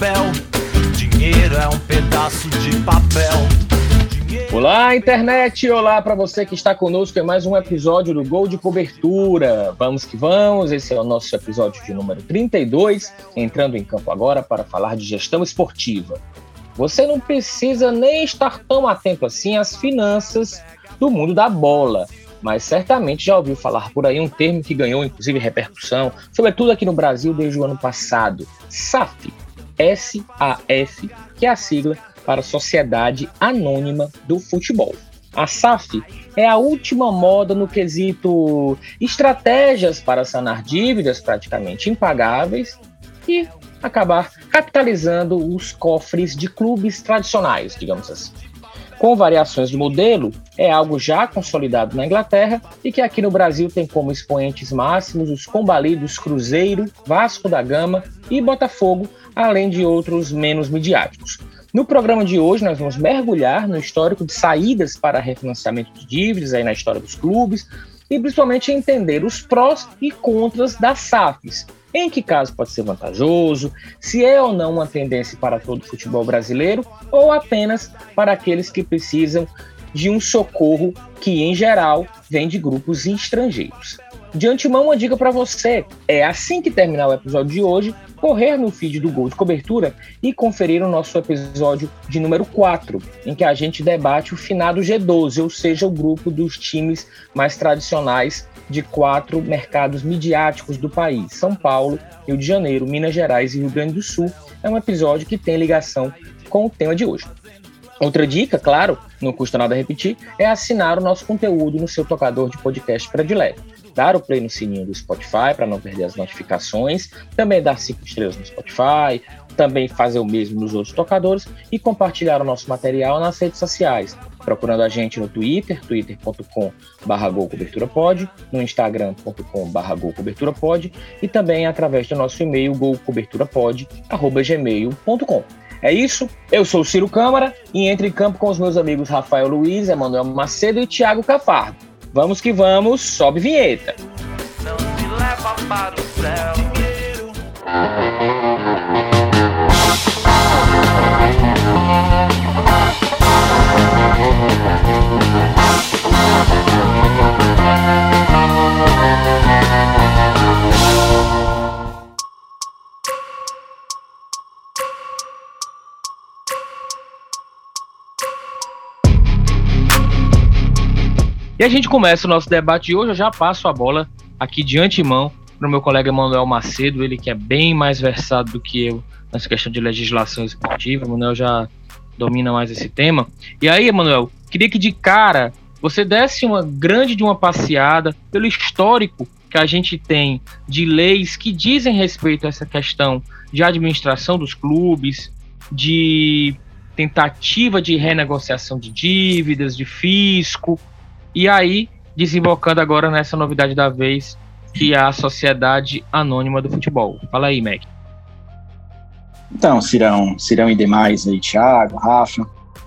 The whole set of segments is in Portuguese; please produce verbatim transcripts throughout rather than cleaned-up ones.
chapéu. Dinheiro é um pedaço de papel. Olá, internet! Olá para você que está conosco em mais um episódio do Gol de Cobertura. Vamos que vamos, esse é o nosso episódio de número trinta e dois, entrando em campo agora para falar de gestão esportiva. Você não precisa nem estar tão atento assim às finanças do mundo da bola, mas certamente já ouviu falar por aí um termo que ganhou inclusive repercussão, sobretudo aqui no Brasil desde o ano passado, S A F, S A F, que é a sigla para Sociedade Anônima do Futebol. A S A F é a última moda no quesito estratégias para sanar dívidas praticamente impagáveis e acabar capitalizando os cofres de clubes tradicionais, digamos assim. Com variações de modelo, é algo já consolidado na Inglaterra e que aqui no Brasil tem como expoentes máximos os combalidos Cruzeiro, Vasco da Gama e Botafogo, além de outros menos midiáticos. No programa de hoje, nós vamos mergulhar no histórico de saídas para refinanciamento de dívidas aí na história dos clubes e principalmente entender os prós e contras das S A Fs, em que caso pode ser vantajoso, se é ou não uma tendência para todo o futebol brasileiro ou apenas para aqueles que precisam de um socorro que, em geral, vem de grupos estrangeiros. De antemão, uma dica para você, é assim que terminar o episódio de hoje, correr no feed do Gol de Cobertura e conferir o nosso episódio de número quatro, em que a gente debate o finado G doze, ou seja, o grupo dos times mais tradicionais de quatro mercados midiáticos do país, São Paulo, Rio de Janeiro, Minas Gerais e Rio Grande do Sul. É um episódio que tem ligação com o tema de hoje. Outra dica, claro, não custa nada repetir, é assinar o nosso conteúdo no seu tocador de podcast predileto. Dar o play no sininho do Spotify para não perder as notificações, também dar cinco estrelas no Spotify, também fazer o mesmo nos outros tocadores e compartilhar o nosso material nas redes sociais, procurando a gente no Twitter, twitter ponto com barra gol cobertura pod, no instagram ponto com barra gol cobertura pod e também através do nosso e-mail golcoberturapod arroba gmail ponto com. É isso, eu sou o Ciro Câmara e entro em campo com os meus amigos Rafael Luiz, Emanuel Macedo e Thiago Cafardo. Vamos que vamos, sobe vinheta. Não te leva para o céu. E a gente começa o nosso debate de hoje. Eu já passo a bola aqui de antemão para o meu colega Emanuel Macedo, ele que é bem mais versado do que eu nessa questão de legislação esportiva. O Emanuel já domina mais esse tema. E aí, Emanuel, queria que de cara você desse uma grande de uma passeada pelo histórico que a gente tem de leis que dizem respeito a essa questão de administração dos clubes, de tentativa de renegociação de dívidas, de fisco. E aí, desembocando agora nessa novidade da vez, que é a Sociedade Anônima do Futebol. Fala aí, Mac. Então, Cirão, Cirão e demais aí, Thiago, Rafa.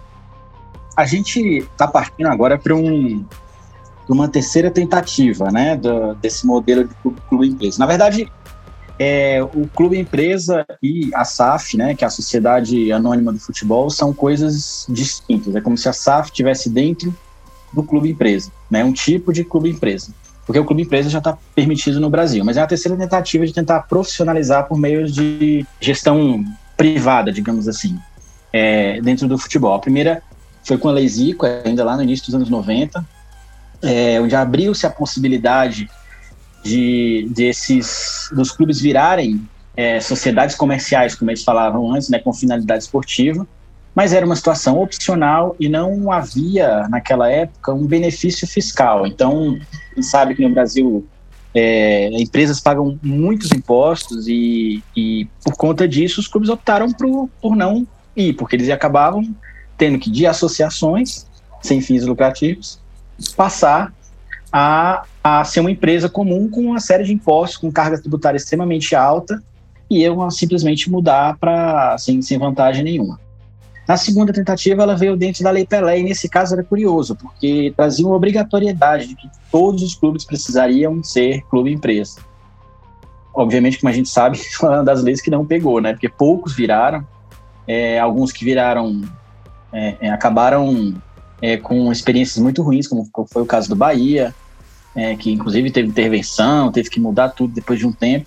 A gente está partindo agora para um, uma terceira tentativa, né, do, desse modelo de clube-empresa. Na verdade, é, o clube-empresa e a S A F, né, que é a Sociedade Anônima do Futebol, são coisas distintas. É como se a S A F estivesse dentro do clube-empresa, né? Um tipo de clube-empresa. Porque o clube-empresa já está permitido no Brasil, mas é a terceira tentativa de tentar profissionalizar por meio de gestão privada, digamos assim, é, dentro do futebol. A primeira foi com a Lei Zico, ainda lá no início dos anos noventa, é, onde abriu-se a possibilidade de, de esses, dos clubes virarem é, sociedades comerciais, como eles falavam antes, né, com finalidade esportiva, mas era uma situação opcional e não havia, naquela época, um benefício fiscal. Então, a gente sabe que no Brasil é, empresas pagam muitos impostos e, e, por conta disso, os clubes optaram por, por não ir, porque eles acabavam tendo que, de associações sem fins lucrativos, passar a, a ser uma empresa comum com uma série de impostos, com carga tributária extremamente alta, e eu simplesmente mudar para sem, sem vantagem nenhuma. Na segunda tentativa, ela veio dentro da Lei Pelé, e nesse caso era curioso, porque trazia uma obrigatoriedade de que todos os clubes precisariam ser clube-empresa. obviamente, como a gente sabe, foi uma das leis que não pegou, né? Porque poucos viraram, é, alguns que viraram, é, é, acabaram é, com experiências muito ruins, como foi o caso do Bahia, é, que inclusive teve intervenção, teve que mudar tudo depois de um tempo.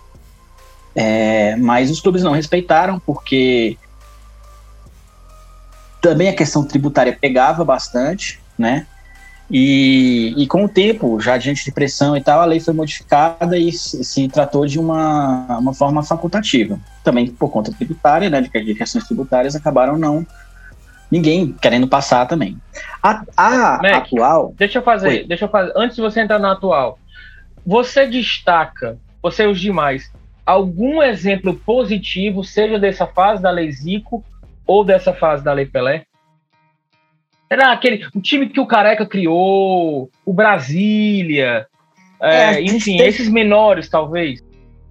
É, mas os clubes não respeitaram, porque também a questão tributária pegava bastante, né? E, e com o tempo, já diante de pressão e tal, a lei foi modificada e se, se tratou de uma, uma forma facultativa. Também por conta tributária, né? De, de questões tributárias, acabaram não... Ninguém querendo passar também. A, a Mac, atual... Deixa eu fazer, Oi. deixa eu fazer. Antes de você entrar na atual, você destaca, você e os demais, algum exemplo positivo, seja dessa fase da Lei Zico ou dessa fase da Lei Pelé? Era aquele, o time que o Careca criou, o Brasília, é, é, enfim, teve... esses menores, talvez.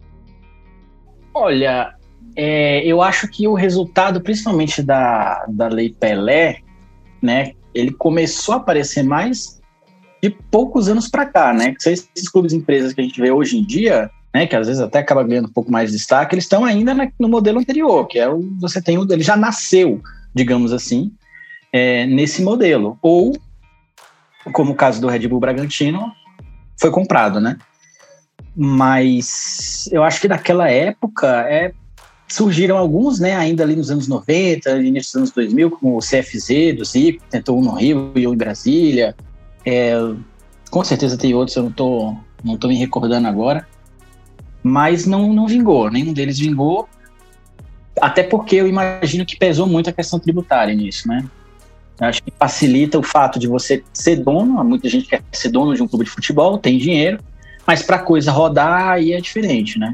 Olha, é, eu acho que o resultado, principalmente da, da Lei Pelé, né, ele começou a aparecer mais de poucos anos para cá, né? Que esses clubes e empresas que a gente vê hoje em dia, né, que às vezes até acaba ganhando um pouco mais de destaque, eles estão ainda na, no modelo anterior, que é o você tem o, ele já nasceu, digamos assim, é, nesse modelo. Ou, como o caso do Red Bull Bragantino, foi comprado, né? Mas eu acho que naquela época é, surgiram alguns, né, ainda ali nos anos noventa, início dos anos dois mil, como o C F Z do Zico, tentou um no Rio e um em Brasília. É, com certeza tem outros, eu não tô, não tô me recordando agora. Mas não, não vingou, nenhum deles vingou, até porque eu imagino que pesou muito a questão tributária nisso, né? Eu acho que facilita o fato de você ser dono, muita gente quer ser dono de um clube de futebol, tem dinheiro, mas para a coisa rodar aí é diferente, né?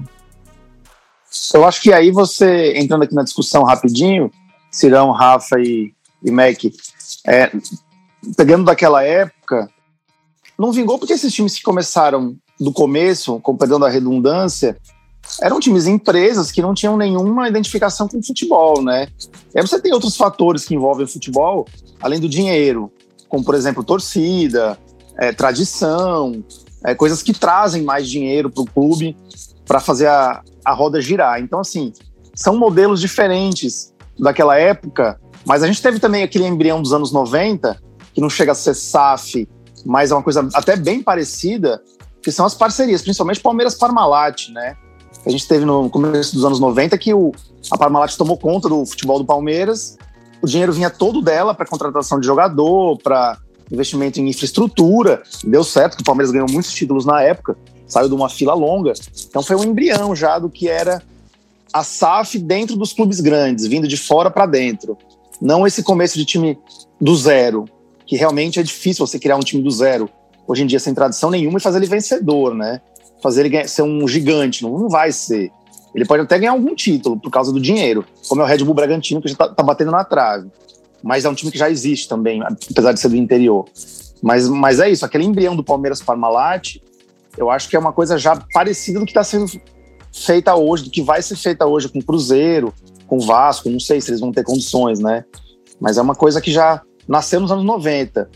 Eu acho que aí você, entrando aqui na discussão rapidinho, Cirão, Rafa e, e Mac, é, pegando daquela época, não vingou porque esses times que começaram do começo, com perdão da redundância, eram times empresas que não tinham nenhuma identificação com o futebol, né? E aí você tem outros fatores que envolvem o futebol, além do dinheiro, como, por exemplo, torcida, é, tradição, é, coisas que trazem mais dinheiro para o clube para fazer a, a roda girar. Então, assim, são modelos diferentes daquela época, mas a gente teve também aquele embrião dos anos noventa, que não chega a ser S A F, mas é uma coisa até bem parecida, que são as parcerias, principalmente Palmeiras-Parmalat, né? A gente teve no começo dos anos noventa que o, a Parmalat tomou conta do futebol do Palmeiras, o dinheiro vinha todo dela para contratação de jogador, para investimento em infraestrutura, deu certo, que o Palmeiras ganhou muitos títulos na época, saiu de uma fila longa, então foi um embrião já do que era a S A F dentro dos clubes grandes, vindo de fora para dentro, não esse começo de time do zero, que realmente é difícil você criar um time do zero, hoje em dia sem tradição nenhuma, e fazer ele vencedor, né? Fazer ele ganhar, ser um gigante, não, não vai ser. Ele pode até ganhar algum título por causa do dinheiro, como é o Red Bull Bragantino, que já tá, tá batendo na trave. Mas é um time que já existe também, apesar de ser do interior. Mas, mas é isso, aquele embrião do Palmeiras-Parmalat, eu acho que é uma coisa já parecida do que está sendo feita hoje, do que vai ser feita hoje com o Cruzeiro, com o Vasco, não sei se eles vão ter condições, né? Mas é uma coisa que já nasceu nos anos noventa.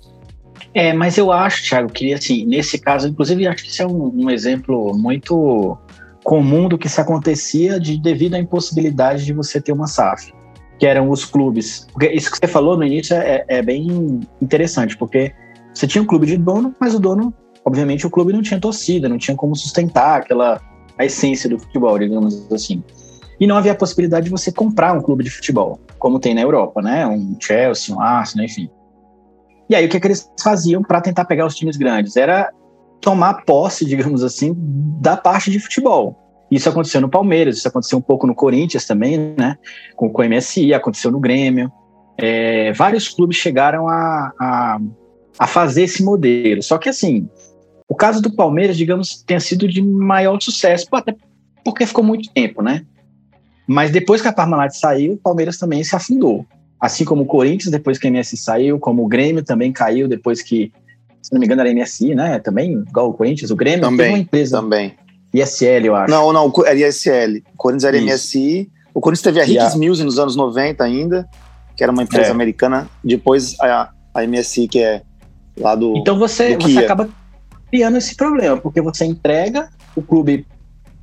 É, mas eu acho, Thiago, que assim, nesse caso, inclusive, acho que isso é um, um exemplo muito comum do que se acontecia de, devido à impossibilidade de você ter uma S A F, que eram os clubes. Porque isso que você falou no início é, é bem interessante, porque você tinha um clube de dono, mas o dono, obviamente, o clube não tinha torcida, não tinha como sustentar aquela, a essência do futebol, digamos assim. E não havia a possibilidade de você comprar um clube de futebol, como tem na Europa, né? Um Chelsea, um Arsenal, enfim. E aí o que, é que eles faziam para tentar pegar os times grandes? Era tomar posse, digamos assim, da parte de futebol. Isso aconteceu no Palmeiras, isso aconteceu um pouco no Corinthians também, né? Com, com o M S I, aconteceu no Grêmio. É, vários clubes chegaram a, a, a fazer esse modelo. Só que assim, o caso do Palmeiras, digamos, tenha sido de maior sucesso, até porque ficou muito tempo, né? Mas depois que a Parmalat saiu, o Palmeiras também se afundou. Assim como o Corinthians, depois que a M S I saiu, como o Grêmio também caiu depois que, se não me engano, era a M S I, né? Também, igual o Corinthians, o Grêmio também, teve uma empresa. Também. I S L, eu acho. Não, não, era I S L. O Corinthians era Isso. M S I. O Corinthians teve a Hicks a... Mills nos anos noventa ainda, que era uma empresa é. americana. Depois a, a M S I, que é lá do Então você, do você acaba criando esse problema, porque você entrega, o clube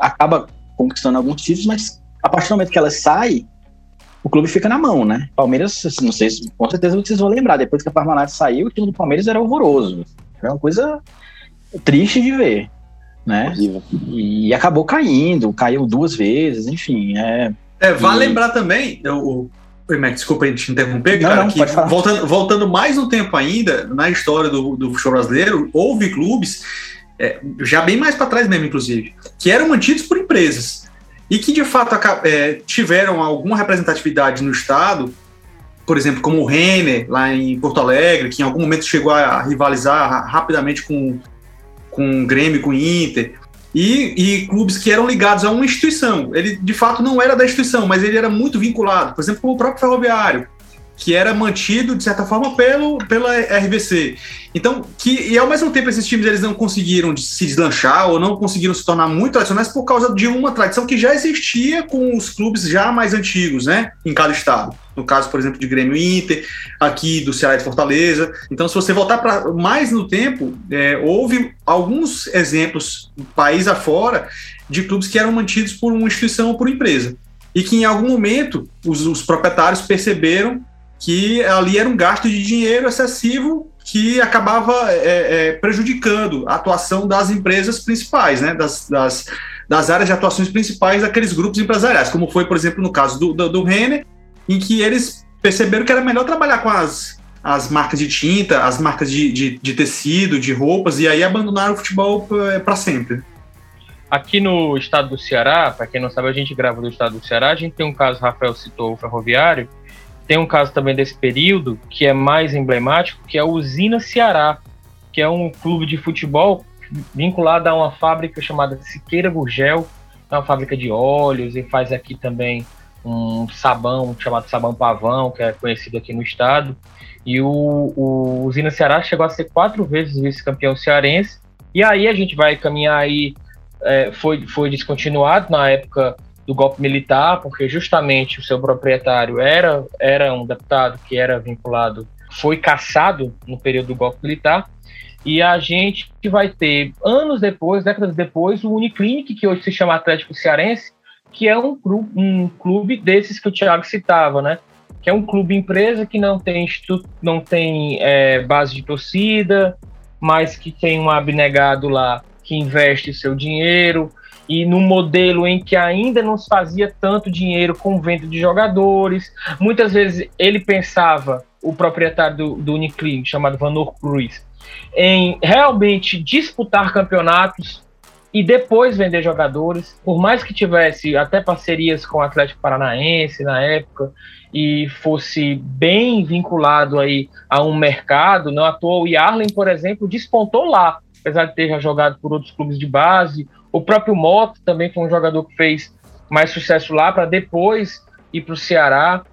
acaba conquistando alguns títulos, mas a partir do momento que ela sai, o clube fica na mão, né? Palmeiras, não sei, com certeza vocês vão lembrar, depois que a Parmalat saiu, o time do Palmeiras era horroroso. É uma coisa triste de ver, né? Horrível. E acabou caindo, caiu duas vezes, enfim. É, é vale e... lembrar também, eu, Oi, Mac, desculpa aí te interromper, não, cara, não, que voltando, voltando mais no tempo ainda, na história do, do futebol brasileiro, houve clubes, é, já bem mais para trás mesmo, inclusive, que eram mantidos por empresas e que, de fato, é, tiveram alguma representatividade no estado, por exemplo, como o Renner, lá em Porto Alegre, que em algum momento chegou a rivalizar rapidamente com, com o Grêmio, com o Inter, e, e clubes que eram ligados a uma instituição. Ele, de fato, não era da instituição, mas ele era muito vinculado, por exemplo, como o próprio Ferroviário, que era mantido, de certa forma, pelo, pela R B C. Então, que, e ao mesmo tempo esses times eles não conseguiram se deslanchar ou não conseguiram se tornar muito tradicionais por causa de uma tradição que já existia com os clubes já mais antigos, né, em cada estado. No caso, por exemplo, de Grêmio e Inter, aqui do Ceará e de Fortaleza. Então, se você voltar para mais no tempo, é, houve alguns exemplos, país afora, de clubes que eram mantidos por uma instituição ou por empresa. E que em algum momento os, os proprietários perceberam que ali era um gasto de dinheiro excessivo que acabava é, é, prejudicando a atuação das empresas principais, né, das, das, das áreas de atuações principais daqueles grupos empresariais, como foi, por exemplo, no caso do, do, do Renner, em que eles perceberam que era melhor trabalhar com as, as marcas de tinta, as marcas de, de, de tecido, de roupas, e aí abandonaram o futebol para sempre. Aqui no estado do Ceará, para quem não sabe, a gente grava do estado do Ceará, a gente tem um caso, o Rafael citou o Ferroviário, tem um caso também desse período, que é mais emblemático, que é a Usina Ceará, que é um clube de futebol vinculado a uma fábrica chamada Siqueira Gurgel, é uma fábrica de óleos, e faz aqui também um sabão chamado Sabão Pavão, que é conhecido aqui no estado. E o, o Usina Ceará chegou a ser quatro vezes vice-campeão cearense, e aí a gente vai caminhar aí, é, foi, foi descontinuado na época do golpe militar, porque justamente o seu proprietário era, era um deputado que era vinculado, foi cassado no período do golpe militar, e a gente vai ter, anos depois, décadas depois, o Uniclinic, que hoje se chama Atlético Cearense, que é um clube, um clube desses que o Thiago citava, né? Que é um clube empresa que não tem, não tem é, base de torcida, mas que tem um abnegado lá que investe o seu dinheiro, e num modelo em que ainda não se fazia tanto dinheiro com venda de jogadores. Muitas vezes ele pensava, o proprietário do, do Uniclinic, chamado Vanor Cruz, em realmente disputar campeonatos e depois vender jogadores, por mais que tivesse até parcerias com o Atlético Paranaense na época, e fosse bem vinculado aí a um mercado, não à toa o Yarlen, por exemplo, despontou lá, apesar de ter já jogado por outros clubes de base. O próprio Mota também foi um jogador que fez mais sucesso lá, para depois ir para o Ceará.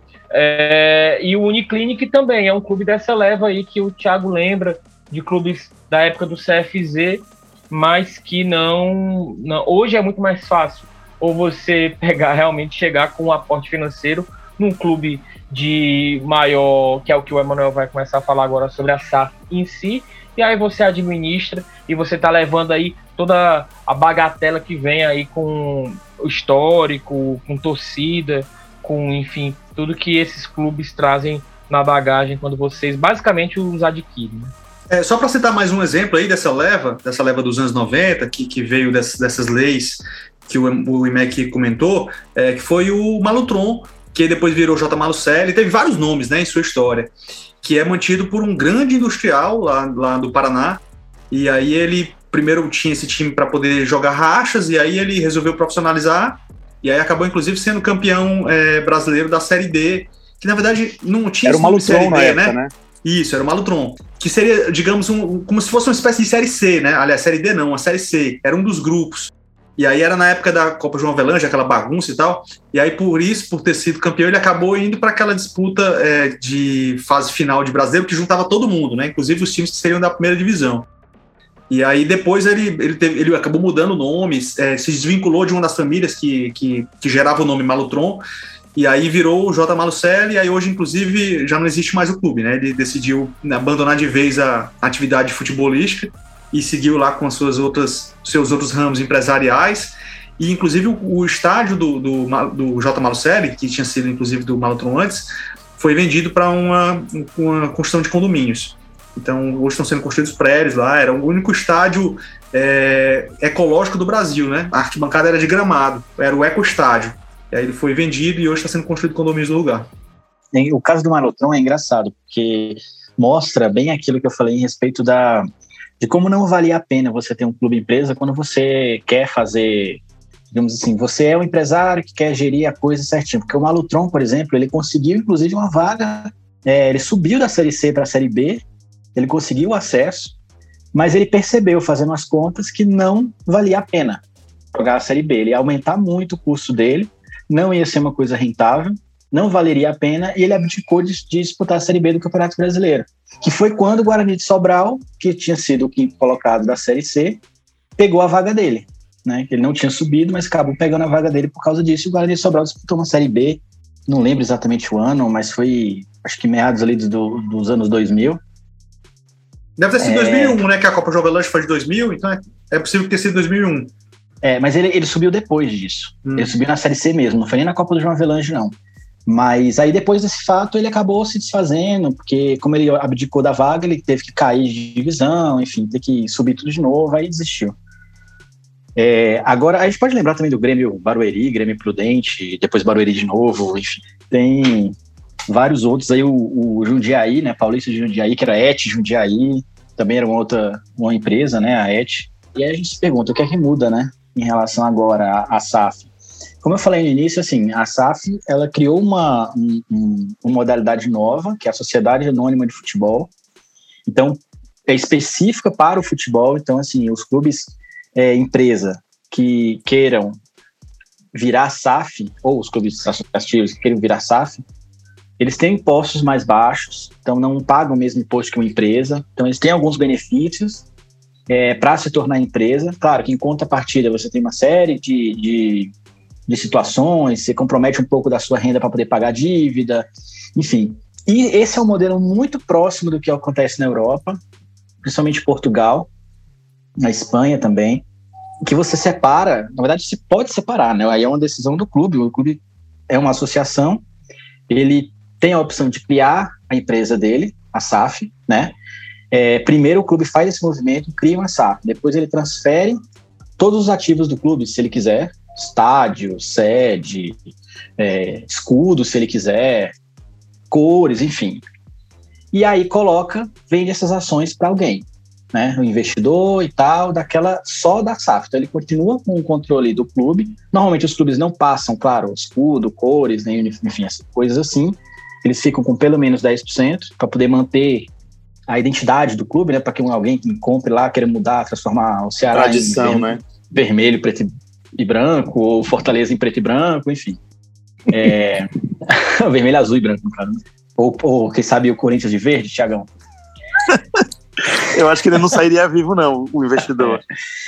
É, e o Uniclinic também é um clube dessa leva aí que o Thiago lembra, de clubes da época do C F Z, mas que não, não... Hoje é muito mais fácil ou você pegar, realmente chegar com um aporte financeiro num clube de maior, que é o que o Emanuel vai começar a falar agora sobre a S A F em si, e aí você administra e você está levando aí toda a bagatela que vem aí com o histórico, com torcida, com, enfim, tudo que esses clubes trazem na bagagem quando vocês basicamente os adquirem. É, só para citar mais um exemplo aí dessa leva, dessa leva dos anos noventa, que, que veio dessas, dessas leis que o, o I M E C comentou, é, que foi o Malutron, que depois virou J. Malucelli, teve vários nomes, né, em sua história, que é mantido por um grande industrial lá, lá do Paraná, e aí ele primeiro tinha esse time para poder jogar rachas, e aí ele resolveu profissionalizar, e aí acabou inclusive sendo campeão é, brasileiro da Série D, que na verdade não tinha... Era o Malutron na época, né? Isso, era o Malutron, que seria, digamos, um, como se fosse uma espécie de Série C, né? Aliás, Série D não, a Série C, era um dos grupos. E aí era na época da Copa João Avelange, aquela bagunça e tal, e aí por isso, por ter sido campeão, ele acabou indo para aquela disputa é, de fase final de brasileiro, que juntava todo mundo, né? Inclusive os times que seriam da primeira divisão. E aí depois ele, ele, teve, ele acabou mudando o nome, é, se desvinculou de uma das famílias que, que, que gerava o nome Malutron, e aí virou o J. Malucelli, e aí hoje, inclusive, já não existe mais o clube, né? Ele decidiu abandonar de vez a atividade futebolística e seguiu lá com as suas outras, seus outros ramos empresariais, e inclusive o, o estádio do, do, do J. Malucelli, que tinha sido inclusive do Malutron antes, foi vendido para uma, uma construção de condomínios. Então, hoje estão sendo construídos prédios lá, era o único estádio é, ecológico do Brasil, né? A arquibancada era de gramado, era o ecoestádio. E aí ele foi vendido e hoje está sendo construído condomínios no lugar. O caso do Malutron é engraçado, porque mostra bem aquilo que eu falei em respeito da, de como não valia a pena você ter um clube empresa quando você quer fazer, digamos assim, você é um empresário que quer gerir a coisa certinho. Porque o Malutron, por exemplo, ele conseguiu inclusive uma vaga, é, ele subiu da Série C para a Série B, ele conseguiu o acesso, mas ele percebeu, fazendo as contas, que não valia a pena jogar a Série B. Ele ia aumentar muito o custo dele, não ia ser uma coisa rentável, não valeria a pena, e ele abdicou de, de disputar a Série B do Campeonato Brasileiro, que foi quando o Guarani de Sobral, que tinha sido o quinto colocado da Série C, pegou a vaga dele, né? Ele não tinha subido, mas acabou pegando a vaga dele por causa disso, e o Guarani de Sobral disputou uma Série B, não lembro exatamente o ano, mas foi, acho que meados ali do, dos anos dois mil. Deve ter sido é... dois mil e um, né? Que a Copa Joga Lanche foi de dois mil, então é, é possível ter sido dois mil e um. É, mas ele, ele subiu depois disso. Hum. Ele subiu na Série C mesmo, não foi nem na Copa do João Avelange, não. Mas aí depois desse fato ele acabou se desfazendo, porque como ele abdicou da vaga, ele teve que cair de divisão, enfim, ter que subir tudo de novo, aí desistiu. É, agora, a gente pode lembrar também do Grêmio Barueri, Grêmio Prudente, depois Barueri de novo, enfim, tem vários outros aí, o, o Jundiaí, né, Paulista de Jundiaí, que era a E T Jundiaí, também era uma outra uma empresa, né, a E T. E aí a gente se pergunta, o que é que muda, né, em relação agora à, à S A F? Como eu falei no início, assim, a S A F, ela criou uma, um, uma modalidade nova, que é a Sociedade Anônima de Futebol. Então, é específica para o futebol. Então, assim, os clubes, é, empresa, que queiram virar S A F, ou os clubes associativos que queiram virar S A F, eles têm impostos mais baixos, então não pagam o mesmo imposto que uma empresa. Então, eles têm alguns benefícios é, para se tornar empresa. Claro que em contrapartida você tem uma série de... de de situações, você compromete um pouco da sua renda para poder pagar a dívida, enfim. E esse é um modelo muito próximo do que acontece na Europa, principalmente em Portugal, na Espanha também, que você separa, na verdade se pode separar, né? Aí é uma decisão do clube, o clube é uma associação, ele tem a opção de criar a empresa dele, a S A F, né? É, primeiro o clube faz esse movimento, cria uma S A F, depois ele transfere todos os ativos do clube, se ele quiser, estádio, sede, é, escudo, se ele quiser, cores, enfim. E aí coloca, vende essas ações para alguém, né? O investidor e tal, daquela, só da S A F. Então ele continua com o controle do clube. Normalmente os clubes não passam, claro, escudo, cores, nem, enfim, essas coisas assim. Eles ficam com pelo menos dez por cento para poder manter a identidade do clube, né? Para que alguém que compre lá, queira mudar, transformar o Ceará Tradição, em vermelho, né? vermelho, preto e branco, ou Fortaleza em preto e branco, enfim. É... vermelho, azul e branco, cara. Ou, ou, quem sabe, o Corinthians de verde, Thiagão? Eu acho que ele não sairia vivo, não, o investidor.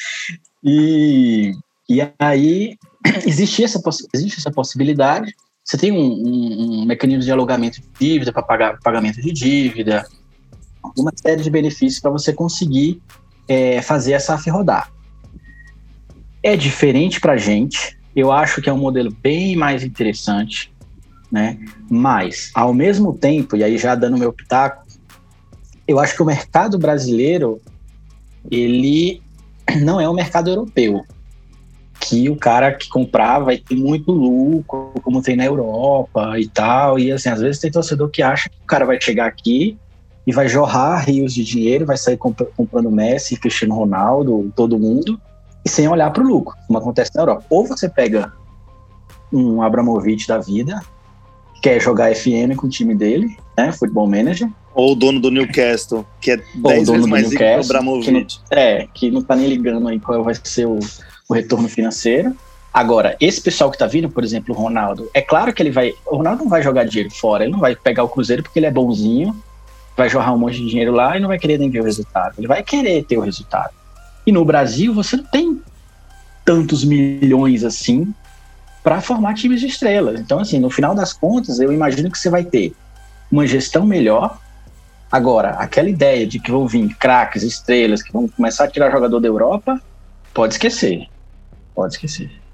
E, e aí, existe essa, existe essa possibilidade. Você tem um, um, um mecanismo de alugamento de dívida para pagar pagamento de dívida, uma série de benefícios para você conseguir é, fazer essa S A F rodar. É diferente para a gente, eu acho que é um modelo bem mais interessante, né? Mas, ao mesmo tempo, e aí já dando meu pitaco, eu acho que o mercado brasileiro, ele não é o mercado europeu, que o cara que comprar vai ter muito lucro, como tem na Europa e tal, e assim, às vezes tem torcedor que acha que o cara vai chegar aqui e vai jorrar rios de dinheiro, vai sair comp- comprando Messi, Cristiano Ronaldo, todo mundo, e sem olhar para o lucro, como acontece na Europa. Ou você pega um Abramovich da vida, que quer jogar F M com o time dele, né, Football Manager. Ou o dono do Newcastle, que é dez vezes mais rico que o Abramovich. Que não, é, que não tá nem ligando aí qual vai ser o, o retorno financeiro. Agora, esse pessoal que tá vindo, por exemplo, o Ronaldo, é claro que ele vai... O Ronaldo não vai jogar dinheiro fora, ele não vai pegar o Cruzeiro porque ele é bonzinho, vai jorrar um monte de dinheiro lá e não vai querer nem ver o resultado. Ele vai querer ter o resultado. E no Brasil, você não tem tantos milhões assim para formar times de estrelas. Então, assim, no final das contas, eu imagino que você vai ter uma gestão melhor. Agora, aquela ideia de que vão vir craques, estrelas, que vão começar a tirar jogador da Europa, pode esquecer. Pode esquecer.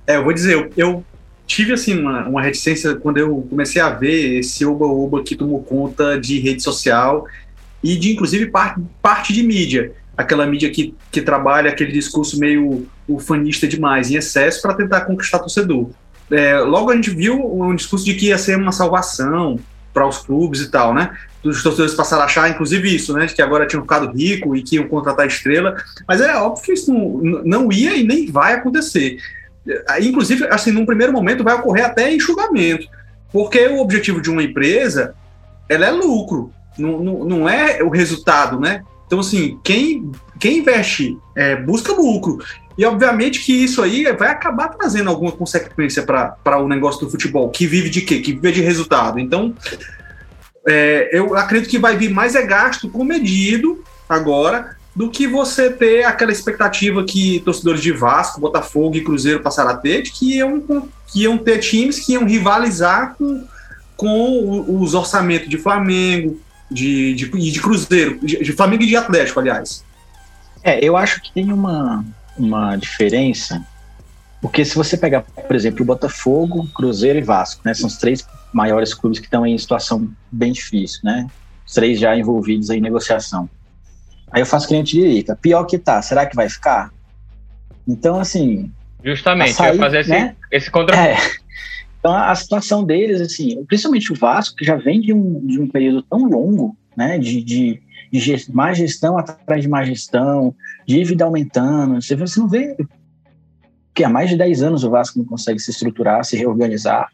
É, eu vou dizer, eu, eu tive assim uma, uma reticência quando eu comecei a ver esse oba-oba que tomou conta de rede social e de, inclusive, parte, parte de mídia. Aquela mídia que, que trabalha aquele discurso meio ufanista demais, em excesso, para tentar conquistar torcedor. É, logo a gente viu um discurso de que ia ser uma salvação para os clubes e tal, né? Os torcedores passaram a achar, inclusive isso, né? Que agora tinham ficado rico e que iam contratar estrela. Mas é óbvio que isso não, não ia e nem vai acontecer. Inclusive, assim, num primeiro momento vai ocorrer até enxugamento, porque o objetivo de uma empresa, ela é lucro, não, não, não é o resultado, né? Então, assim, quem, quem investe é, busca lucro. E, obviamente, que isso aí vai acabar trazendo alguma consequência para o negócio do futebol, que vive de quê? Que vive de resultado. Então, é, eu acredito que vai vir mais é gasto comedido agora do que você ter aquela expectativa que torcedores de Vasco, Botafogo e Cruzeiro passaram a ter, de que iam, que iam ter times que iam rivalizar com, com os orçamentos de Flamengo, de, de, de Cruzeiro, de, de Flamengo e de Atlético, aliás. É, eu acho que tem uma, uma diferença, porque se você pegar, por exemplo, o Botafogo, Cruzeiro e Vasco, né, são os três maiores clubes que estão em situação bem difícil, né, os três já envolvidos em negociação. Aí eu faço cliente direita, pior que tá, será que vai ficar? Então, assim... Justamente, açaí, eu ia fazer esse, né? esse contra... É. Então, a situação deles, assim, principalmente o Vasco, que já vem de um, de um período tão longo, né, de, de, de gest... má gestão atrás de má gestão, dívida aumentando, você, você não vê que há mais de dez anos o Vasco não consegue se estruturar, se reorganizar.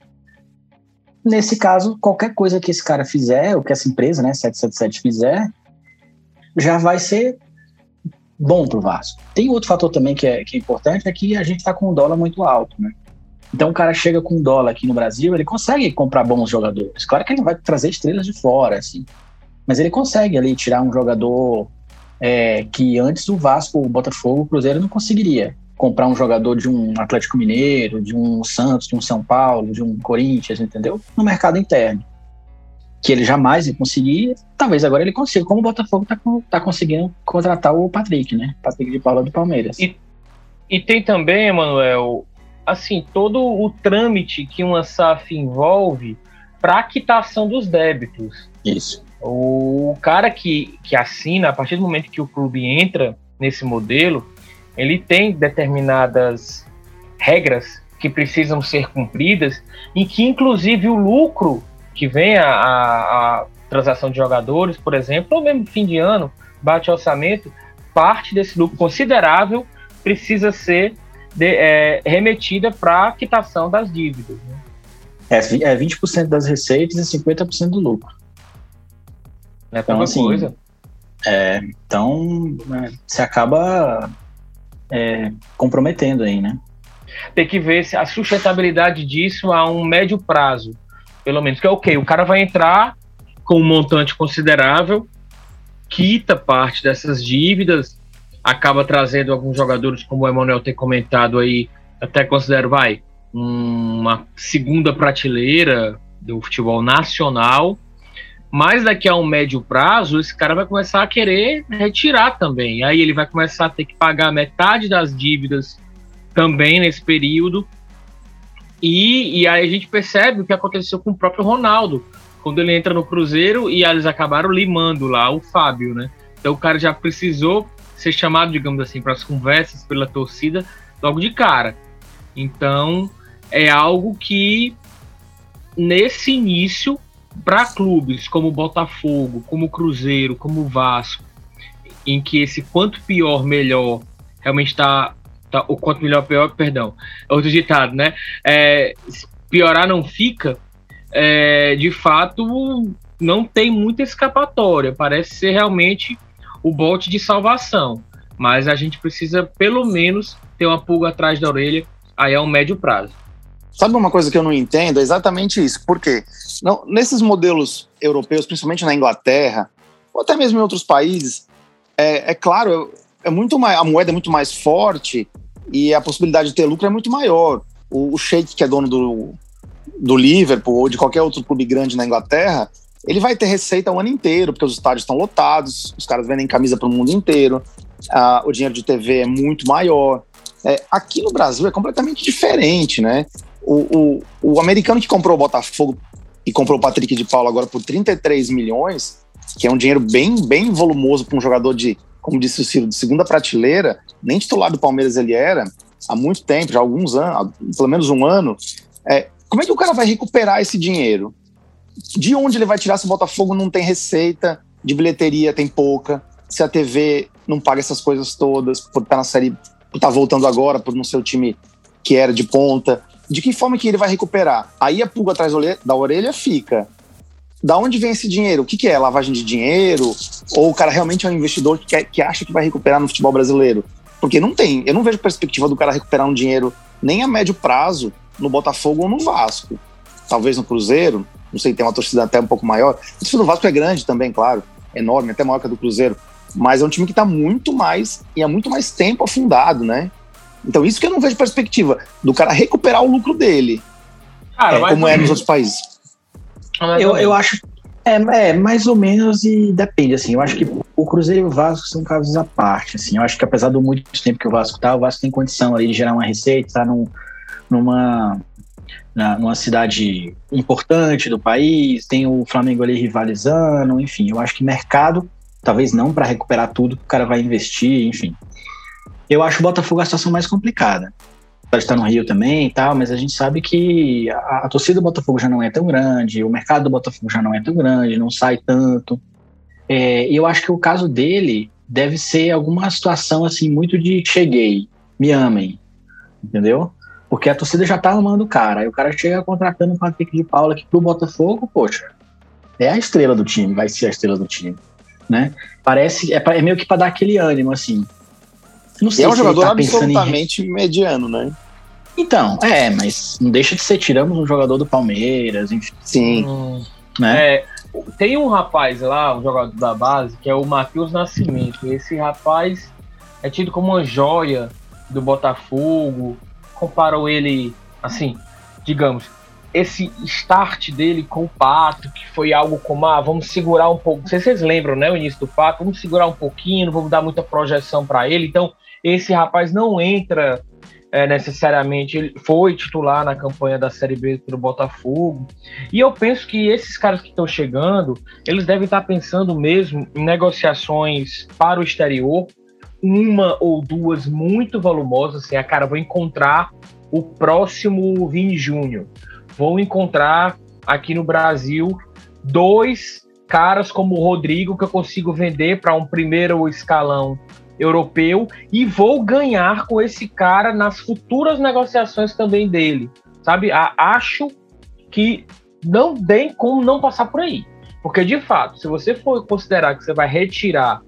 Nesse caso, qualquer coisa que esse cara fizer, ou que essa empresa, né, sete sete sete fizer, já vai ser bom para o Vasco. Tem outro fator também que é, que é importante, é que a gente está com um dólar muito alto, né? Então o cara chega com um dólar aqui no Brasil, ele consegue comprar bons jogadores. Claro que ele vai trazer estrelas de fora, assim, mas ele consegue ali tirar um jogador é, que antes o Vasco, o Botafogo, o Cruzeiro não conseguiria comprar um jogador de um Atlético Mineiro, de um Santos, de um São Paulo, de um Corinthians, entendeu? No mercado interno. Que ele jamais ia conseguir, talvez agora ele consiga, como o Botafogo está tá conseguindo contratar o Patrick, né? Patrick de Paula do Palmeiras. E, e tem também, Emanuel, assim, todo o trâmite que uma S A F envolve para a quitação dos débitos. Isso. O cara que, que assina, a partir do momento que o clube entra nesse modelo, ele tem determinadas regras que precisam ser cumpridas e que, inclusive, o lucro que vem a, a, a transação de jogadores, por exemplo, ou mesmo fim de ano, bate orçamento, parte desse lucro considerável precisa ser de, é, remetida para a quitação das dívidas. Né? É, é vinte por cento das receitas e cinquenta por cento do lucro. Não é pouca assim, coisa. É, então, é, você acaba é, comprometendo aí, né? Tem que ver se a sustentabilidade disso a um médio prazo. Pelo menos, que é ok, o cara vai entrar com um montante considerável, quita parte dessas dívidas, acaba trazendo alguns jogadores, como o Emanuel tem comentado aí, até considero, vai, uma segunda prateleira do futebol nacional, mas daqui a um médio prazo, esse cara vai começar a querer retirar também, aí ele vai começar a ter que pagar metade das dívidas também nesse período. E, e aí a gente percebe o que aconteceu com o próprio Ronaldo, quando ele entra no Cruzeiro e eles acabaram limando lá o Fábio, né? Então o cara já precisou ser chamado, digamos assim, para as conversas pela torcida logo de cara. Então é algo que nesse início, para clubes como o Botafogo, como o Cruzeiro, como o Vasco, em que esse quanto pior, melhor realmente está... Tá, o quanto melhor, pior, perdão, é outro ditado, né? É, piorar não fica, é, de fato, não tem muita escapatória, parece ser realmente o bote de salvação, mas a gente precisa, pelo menos, ter uma pulga atrás da orelha, aí a um médio prazo. Sabe uma coisa que eu não entendo? É exatamente isso, porque não, nesses modelos europeus, principalmente na Inglaterra, ou até mesmo em outros países, é, é claro, é muito mais, a moeda é muito mais forte e a possibilidade de ter lucro é muito maior. O, o Sheik, que é dono do, do Liverpool ou de qualquer outro clube grande na Inglaterra, ele vai ter receita o ano inteiro, porque os estádios estão lotados, os caras vendem camisa para o mundo inteiro, uh, o dinheiro de T V é muito maior. É, aqui no Brasil é completamente diferente, né? O, o, o americano que comprou o Botafogo e comprou o Patrick de Paula agora por trinta e três milhões, que é um dinheiro bem, bem volumoso para um jogador de, como disse o Ciro, de segunda prateleira, nem titular do Palmeiras ele era, há muito tempo, já há alguns anos, há pelo menos um ano. É, como é que o cara vai recuperar esse dinheiro? De onde ele vai tirar se o Botafogo não tem receita, de bilheteria tem pouca, se a T V não paga essas coisas todas, por estar na série, por estar voltando agora, por não ser o time que era de ponta? De que forma que ele vai recuperar? Aí a pulga atrás da orelha fica. Da onde vem esse dinheiro? O que, que é? Lavagem de dinheiro? Ou o cara realmente é um investidor que, quer, que acha que vai recuperar no futebol brasileiro? Porque não tem. Eu não vejo perspectiva do cara recuperar um dinheiro nem a médio prazo no Botafogo ou no Vasco. Talvez no Cruzeiro. Não sei, tem uma torcida até um pouco maior. A torcida do Vasco é grande também, claro. Enorme, até maior que a do Cruzeiro. Mas é um time que está muito mais e há muito mais tempo afundado, né? Então isso que eu não vejo perspectiva do cara recuperar o lucro dele. Cara, é, como é nos outros países. Eu, eu acho é, é mais ou menos, e depende, assim, eu acho que o Cruzeiro e o Vasco são casos à parte, assim, eu acho que apesar do muito tempo que o Vasco tá, o Vasco tem condição ali de gerar uma receita, tá num, numa, na, numa cidade importante do país, tem o Flamengo ali rivalizando, enfim, eu acho que mercado, talvez não para recuperar tudo que o cara vai investir, enfim. Eu acho o Botafogo a situação mais complicada. Pode estar no Rio também e tal, mas a gente sabe que a, a torcida do Botafogo já não é tão grande, o mercado do Botafogo já não é tão grande, não sai tanto. É, e eu acho que o caso dele deve ser alguma situação assim, muito de cheguei, me amem, entendeu? Porque a torcida já tá amando o cara, aí o cara chega contratando um Patrick de Paula aqui pro Botafogo, poxa, é a estrela do time, vai ser a estrela do time, né? Parece, é, é meio que para dar aquele ânimo, assim. Não sei, é um jogador tá absolutamente em... mediano, né? Então, é, mas não deixa de ser, tiramos um jogador do Palmeiras, enfim. Sim. Hum, né? É, tem um rapaz lá, um jogador da base, que é o Matheus Nascimento. Esse rapaz é tido como uma joia do Botafogo. Comparam ele, assim, digamos, esse start dele com o Pato, que foi algo como, ah, vamos segurar um pouco. Não sei se vocês lembram, né, o início do Pato, vamos segurar um pouquinho, não vamos dar muita projeção para ele. Então, esse rapaz não entra é, necessariamente, ele foi titular na campanha da Série B pelo Botafogo, e eu penso que esses caras que estão chegando, eles devem estar pensando mesmo em negociações para o exterior, uma ou duas muito volumosas, assim, a cara, vou encontrar o próximo Vini Júnior, vou encontrar aqui no Brasil dois caras como o Rodrigo, que eu consigo vender para um primeiro escalão europeu, e vou ganhar com esse cara nas futuras negociações também dele, sabe? A, acho que não tem como não passar por aí, porque de fato, se você for considerar que você vai retirar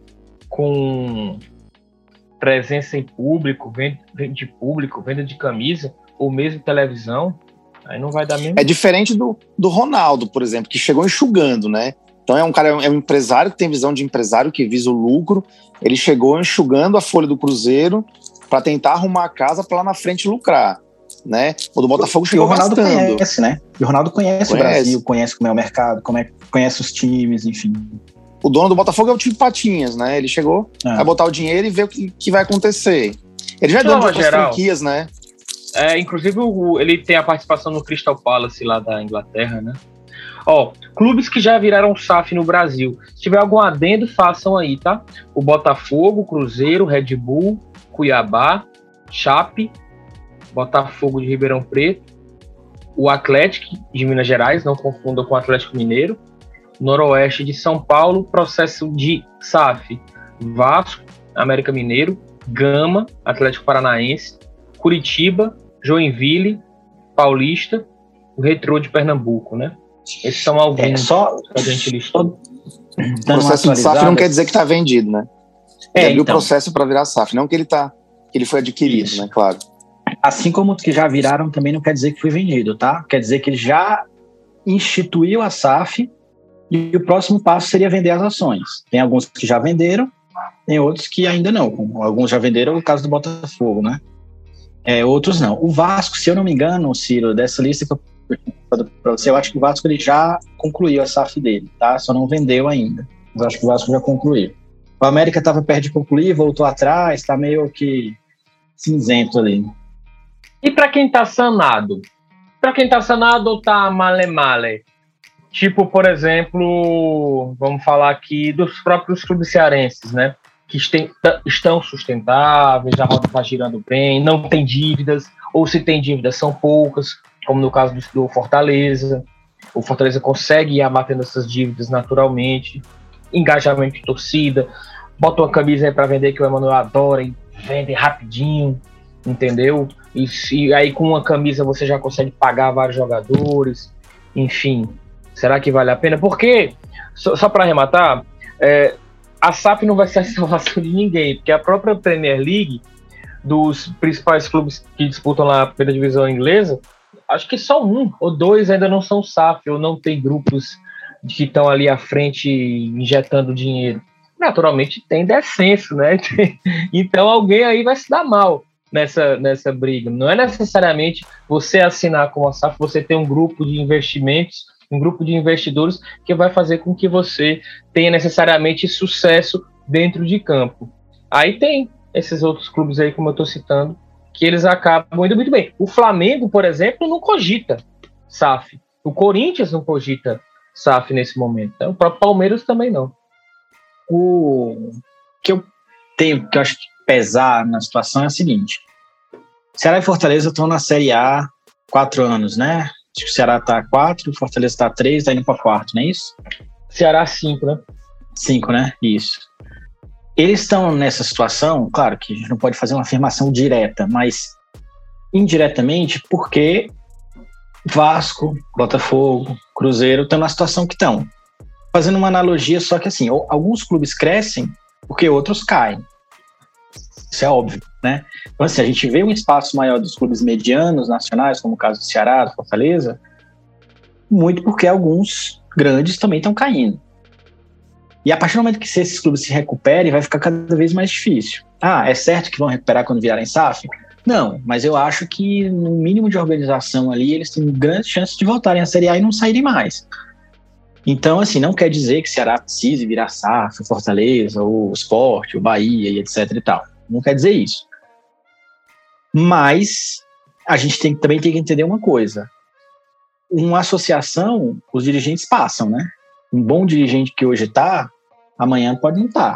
com presença em público, venda de público, venda de camisa, ou mesmo televisão, aí não vai dar mesmo. É diferente do, do Ronaldo, por exemplo, que chegou enxugando, né? Então é um cara, é um empresário que tem visão de empresário, que visa o lucro. Ele chegou enxugando a folha do Cruzeiro para tentar arrumar a casa para lá na frente lucrar, né? O do Botafogo chegou gastando. E o Ronaldo conhece, né? E o Ronaldo conhece, conhece o Brasil, conhece como é o mercado, como é, conhece os times, enfim. O dono do Botafogo é o time Patinhas, né? Ele chegou ah. a botar o dinheiro e ver o que, que vai acontecer. Ele já é dono de outras franquias, né? É, inclusive o, ele tem a participação no Crystal Palace lá da Inglaterra, né? Ó, clubes que já viraram S A F no Brasil. Se tiver algum adendo, façam aí, tá? O Botafogo, Cruzeiro, Red Bull, Cuiabá, Chape, Botafogo de Ribeirão Preto, o Atlético de Minas Gerais, não confunda com o Atlético Mineiro, Noroeste de São Paulo, processo de S A F, Vasco, América Mineiro, Gama, Atlético Paranaense, Curitiba, Joinville, Paulista, o Retrô de Pernambuco, né? Esses são alguns é, só, que a gente listou. O processo de S A F não quer dizer que está vendido, né? É, então, o processo para virar S A F, não que ele, tá, que ele foi adquirido, isso. Né? Claro. Assim como os que já viraram também não quer dizer que foi vendido, tá? Quer dizer que ele já instituiu a S A F e o próximo passo seria vender as ações. Tem alguns que já venderam, tem outros que ainda não. Alguns já venderam, o caso do Botafogo, né? É, outros não. O Vasco, se eu não me engano, Ciro, dessa lista que eu para você, eu acho que o Vasco ele já concluiu a S A F dele, tá? Só não vendeu ainda. Mas acho que o Vasco já concluiu. O América estava perto de concluir, voltou atrás, está meio que cinzento ali. E para quem tá sanado? Para quem tá sanado ou tá male-male? Tipo, por exemplo, vamos falar aqui dos próprios clubes cearenses, né? Que tem, estão sustentáveis, a roda tá girando bem, não tem dívidas, ou se tem dívidas são poucas, como no caso do, do Fortaleza. O Fortaleza consegue ir abatendo essas dívidas naturalmente, engajamento de torcida, bota uma camisa aí para vender que o Emanuel adora e vende rapidinho, entendeu? E, e aí com uma camisa você já consegue pagar vários jogadores, enfim. Será que vale a pena? Porque, só, só para arrematar, é, a S A F não vai ser a salvação de ninguém, porque a própria Premier League, dos principais clubes que disputam lá pela divisão inglesa, acho que só um ou dois ainda não são S A F, ou não tem grupos que estão ali à frente injetando dinheiro. Naturalmente tem descenso, né? Então alguém aí vai se dar mal nessa, nessa briga. Não é necessariamente você assinar com a S A F, você ter um grupo de investimentos, um grupo de investidores que vai fazer com que você tenha necessariamente sucesso dentro de campo. Aí tem esses outros clubes aí, como eu estou citando, que eles acabam indo muito bem. O Flamengo, por exemplo, não cogita S A F. O Corinthians não cogita S A F nesse momento. O próprio Palmeiras também não. O que eu tenho, que eu acho que pesar na situação é o seguinte. Ceará e Fortaleza estão na Série A há quatro anos, né? Acho que o Ceará está quatro, o Fortaleza está três, está indo para quatro, não é isso? Ceará cinco, né? Cinco, né? Isso. Eles estão nessa situação, claro que a gente não pode fazer uma afirmação direta, mas indiretamente porque Vasco, Botafogo, Cruzeiro estão na situação que estão. Fazendo uma analogia, só que assim, alguns clubes crescem porque outros caem. Isso é óbvio, né? Então assim, a gente vê um espaço maior dos clubes medianos, nacionais, como o caso do Ceará, do Fortaleza, muito porque alguns grandes também estão caindo. E a partir do momento que esses clubes se recuperem, vai ficar cada vez mais difícil. Ah, é certo que vão recuperar quando virarem S A F? Não, mas eu acho que no mínimo de organização ali, eles têm grandes chances de voltarem à Série A e não saírem mais. Então, assim, não quer dizer que o Ceará precise virar S A F, o Fortaleza, o Sport, o Bahia e etc e tal. Não quer dizer isso. Mas a gente tem, também tem que entender uma coisa. Uma associação, os dirigentes passam, né? Um bom dirigente que hoje está, amanhã pode não estar.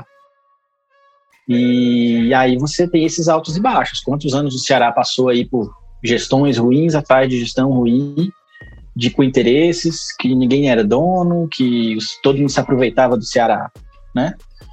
E aí você tem esses altos e baixos. Quantos anos o Ceará passou aí por gestões ruins atrás de gestão ruim, de com interesses, que ninguém era dono, que os, todo mundo se aproveitava do Ceará, né?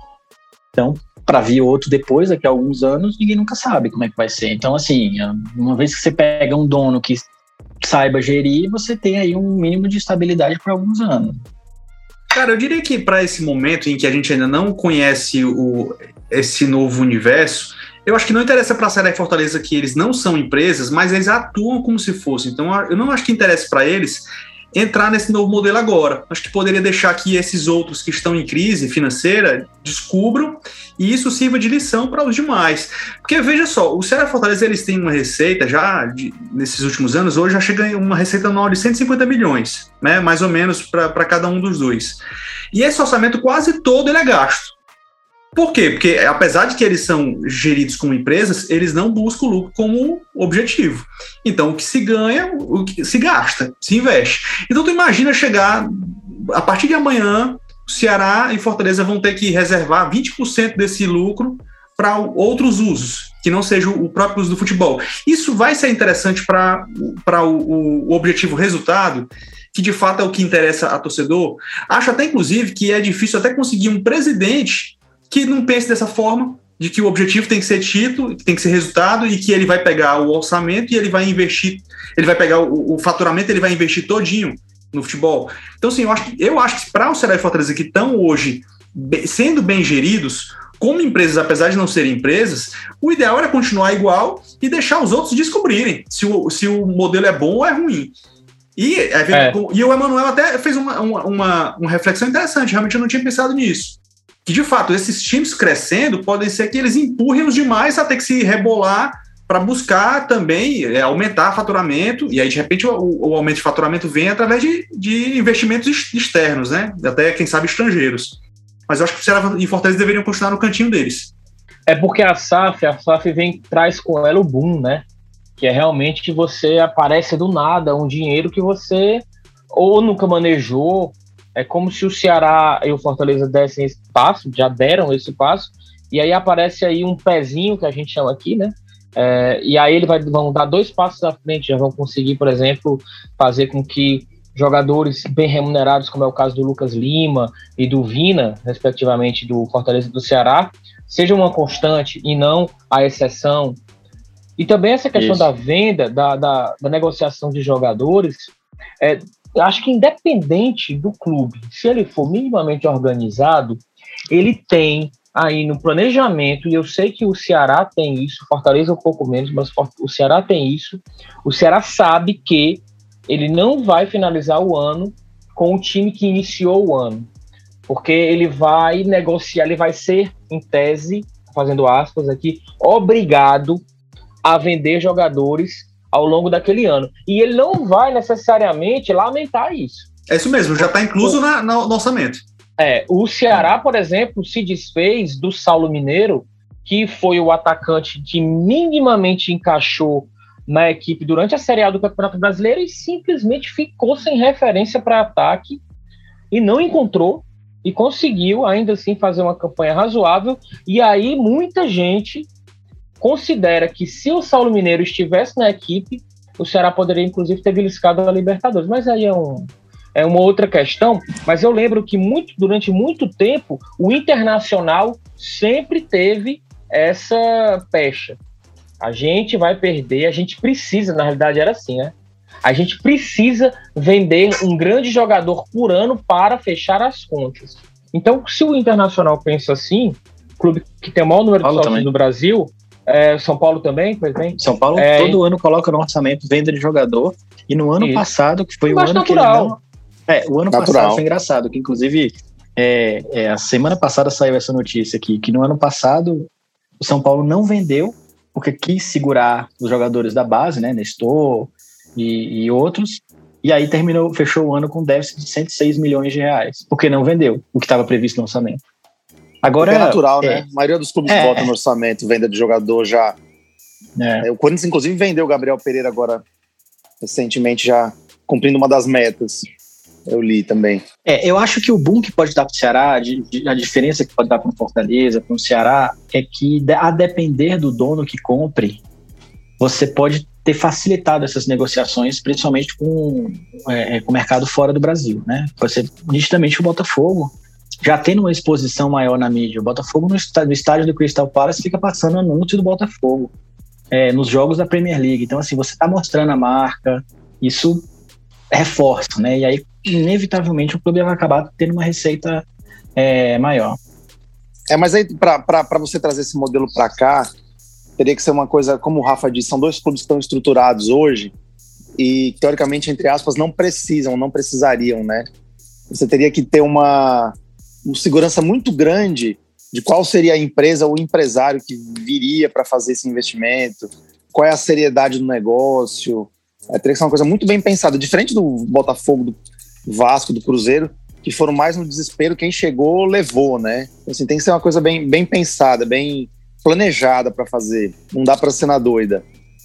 Então, para vir outro depois, daqui a alguns anos, ninguém nunca sabe como é que vai ser. Então, assim, uma vez que você pega um dono que saiba gerir, você tem aí um mínimo de estabilidade por alguns anos. Cara, eu diria que para esse momento em que a gente ainda não conhece o, esse novo universo, eu acho que não interessa para a Ceará e Fortaleza que eles não são empresas, mas eles atuam como se fossem. Então, eu não acho que interessa para eles entrar nesse novo modelo agora. Acho que poderia deixar que esses outros que estão em crise financeira descubram e isso sirva de lição para os demais. Porque, veja só, o Ceará e Fortaleza eles têm uma receita já, de, nesses últimos anos, hoje já chega em uma receita anual de cento e cinquenta milhões, né, mais ou menos para cada um dos dois. E esse orçamento quase todo ele é gasto. Por quê? Porque, apesar de que eles são geridos como empresas, eles não buscam o lucro como objetivo. Então, o que se ganha, o que se gasta, se investe. Então, tu imagina chegar, a partir de amanhã, o Ceará e Fortaleza vão ter que reservar vinte por cento desse lucro para outros usos, que não seja o próprio uso do futebol. Isso vai ser interessante para o, o objetivo resultado, que de fato é o que interessa a torcedor. Acho até, inclusive, que é difícil até conseguir um presidente que não pense dessa forma, de que o objetivo tem que ser título, tem que ser resultado, e que ele vai pegar o orçamento e ele vai investir, ele vai pegar o, o faturamento, ele vai investir todinho no futebol. Então, assim, eu acho, eu acho que para o Ceará e Fortaleza que estão hoje be, sendo bem geridos, como empresas, apesar de não serem empresas, o ideal era continuar igual e deixar os outros descobrirem se o, se o modelo é bom ou é ruim. E, é. e o Emanuel até fez uma, uma, uma, uma reflexão interessante, realmente eu não tinha pensado nisso. Que, de fato, esses times crescendo, podem ser que eles empurrem os demais a ter que se rebolar para buscar também é, aumentar o faturamento, e aí, de repente, o, o aumento de faturamento vem através de, de investimentos externos, né? Até, quem sabe, estrangeiros. Mas eu acho que o Ceará e Fortaleza deveriam continuar no cantinho deles. É porque a S A F, a S A F vem, traz com ela o boom, né? Que é realmente que você aparece do nada, um dinheiro que você ou nunca manejou. É como se o Ceará e o Fortaleza dessem esse passo, já deram esse passo, e aí aparece aí um pezinho, que a gente chama aqui, né? É, e aí ele vai, vão dar dois passos à frente, já vão conseguir, por exemplo, fazer com que jogadores bem remunerados, como é o caso do Lucas Lima e do Vina, respectivamente, do Fortaleza e do Ceará, sejam uma constante e não a exceção. E também essa questão Isso. da venda, da, da, da negociação de jogadores, é, acho que independente do clube, se ele for minimamente organizado, ele tem aí no planejamento, e eu sei que o Ceará tem isso, Fortaleza um pouco menos, mas o Ceará tem isso, o Ceará sabe que ele não vai finalizar o ano com o time que iniciou o ano, porque ele vai negociar, ele vai ser, em tese, fazendo aspas aqui, obrigado a vender jogadores ao longo daquele ano. E ele não vai necessariamente lamentar isso. É isso mesmo, já está incluso na, no orçamento. É, o Ceará, por exemplo, se desfez do Saulo Mineiro, que foi o atacante que minimamente encaixou na equipe durante a Série A do Campeonato Brasileiro e simplesmente ficou sem referência para ataque e não encontrou e conseguiu ainda assim fazer uma campanha razoável. E aí muita gente considera que se o Saulo Mineiro estivesse na equipe, o Ceará poderia inclusive ter beliscado a Libertadores, mas aí é, um, é uma outra questão. Mas eu lembro que muito, durante muito tempo o Internacional sempre teve essa pecha. A gente vai perder, a gente precisa, na realidade era assim, né? A gente precisa vender um grande jogador por ano para fechar as contas. Então, se o Internacional pensa assim, clube que tem o maior número Paulo de sócios no Brasil, é, São Paulo também, pois bem. São Paulo é, todo ano coloca no orçamento venda de jogador, e no ano isso. passado, que foi o ano natural. que ele não... É, o ano natural. passado foi engraçado, que inclusive é, é, a semana passada saiu essa notícia aqui, que no ano passado o São Paulo não vendeu, porque quis segurar os jogadores da base, né, Nestor e, e outros, e aí terminou, fechou o ano com déficit de cento e seis milhões de reais, porque não vendeu o que estava previsto no orçamento. Agora é natural, é, né? A maioria dos clubes é, botam no orçamento venda de jogador já. É. O Corinthians, inclusive, vendeu o Gabriel Pereira agora, recentemente, já cumprindo uma das metas. Eu li também. É, eu acho que o boom que pode dar para o Ceará, a diferença que pode dar para o Fortaleza, para o Ceará, é que, a depender do dono que compre, você pode ter facilitado essas negociações, principalmente com, é, com o mercado fora do Brasil, né? Você, nitidamente, o Botafogo já tendo uma exposição maior na mídia. O Botafogo no estádio, no estádio do Crystal Palace fica passando anúncio do Botafogo é, nos jogos da Premier League. Então, assim, você está mostrando a marca, isso reforça, né? E aí, inevitavelmente, o clube vai acabar tendo uma receita é, maior. É, mas aí, para você trazer esse modelo para cá, teria que ser uma coisa, como o Rafa disse, são dois clubes que estão estruturados hoje e, teoricamente, entre aspas, não precisam, não precisariam, né? Você teria que ter uma, uma segurança muito grande de qual seria a empresa ou o empresário que viria para fazer esse investimento, qual é a seriedade do negócio. É, teria que ser uma coisa muito bem pensada, diferente do Botafogo, do Vasco, do Cruzeiro, que foram mais no desespero, quem chegou levou, né? Assim, tem que ser uma coisa bem, bem pensada, bem planejada para fazer, não dá para ser na doida.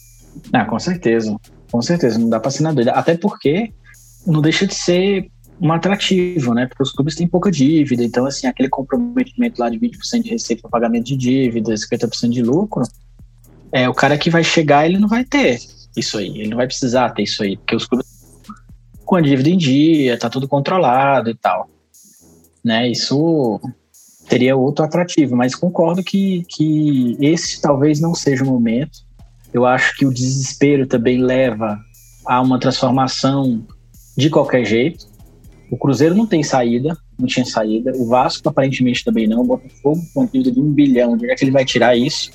Ah, com certeza, com certeza, não dá para ser na doida, até porque não deixa de ser um atrativo, né? Porque os clubes têm pouca dívida, então assim, aquele comprometimento lá de vinte por cento de receita para pagamento de dívida, cinquenta por cento de lucro, é, o cara que vai chegar, ele não vai ter isso aí, ele não vai precisar ter isso aí, porque os clubes com a dívida em dia, tá tudo controlado e tal, né? Isso teria outro atrativo, mas concordo que, que esse talvez não seja o momento. Eu acho que o desespero também leva a uma transformação de qualquer jeito. O Cruzeiro não tem saída, não tinha saída. O Vasco aparentemente também não. O Botafogo com dívida de um bilhão, onde é que ele vai tirar isso?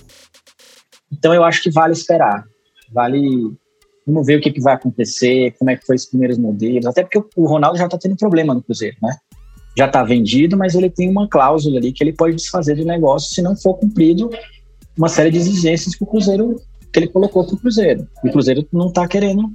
Então eu acho que vale esperar. Vale... Vamos ver o que, que vai acontecer, como é que foi os primeiros modelos. Até porque o Ronaldo já está tendo problema no Cruzeiro, né? Já está vendido, mas ele tem uma cláusula ali que ele pode desfazer do negócio se não for cumprido uma série de exigências que o Cruzeiro, que ele colocou para o Cruzeiro. E o Cruzeiro não está querendo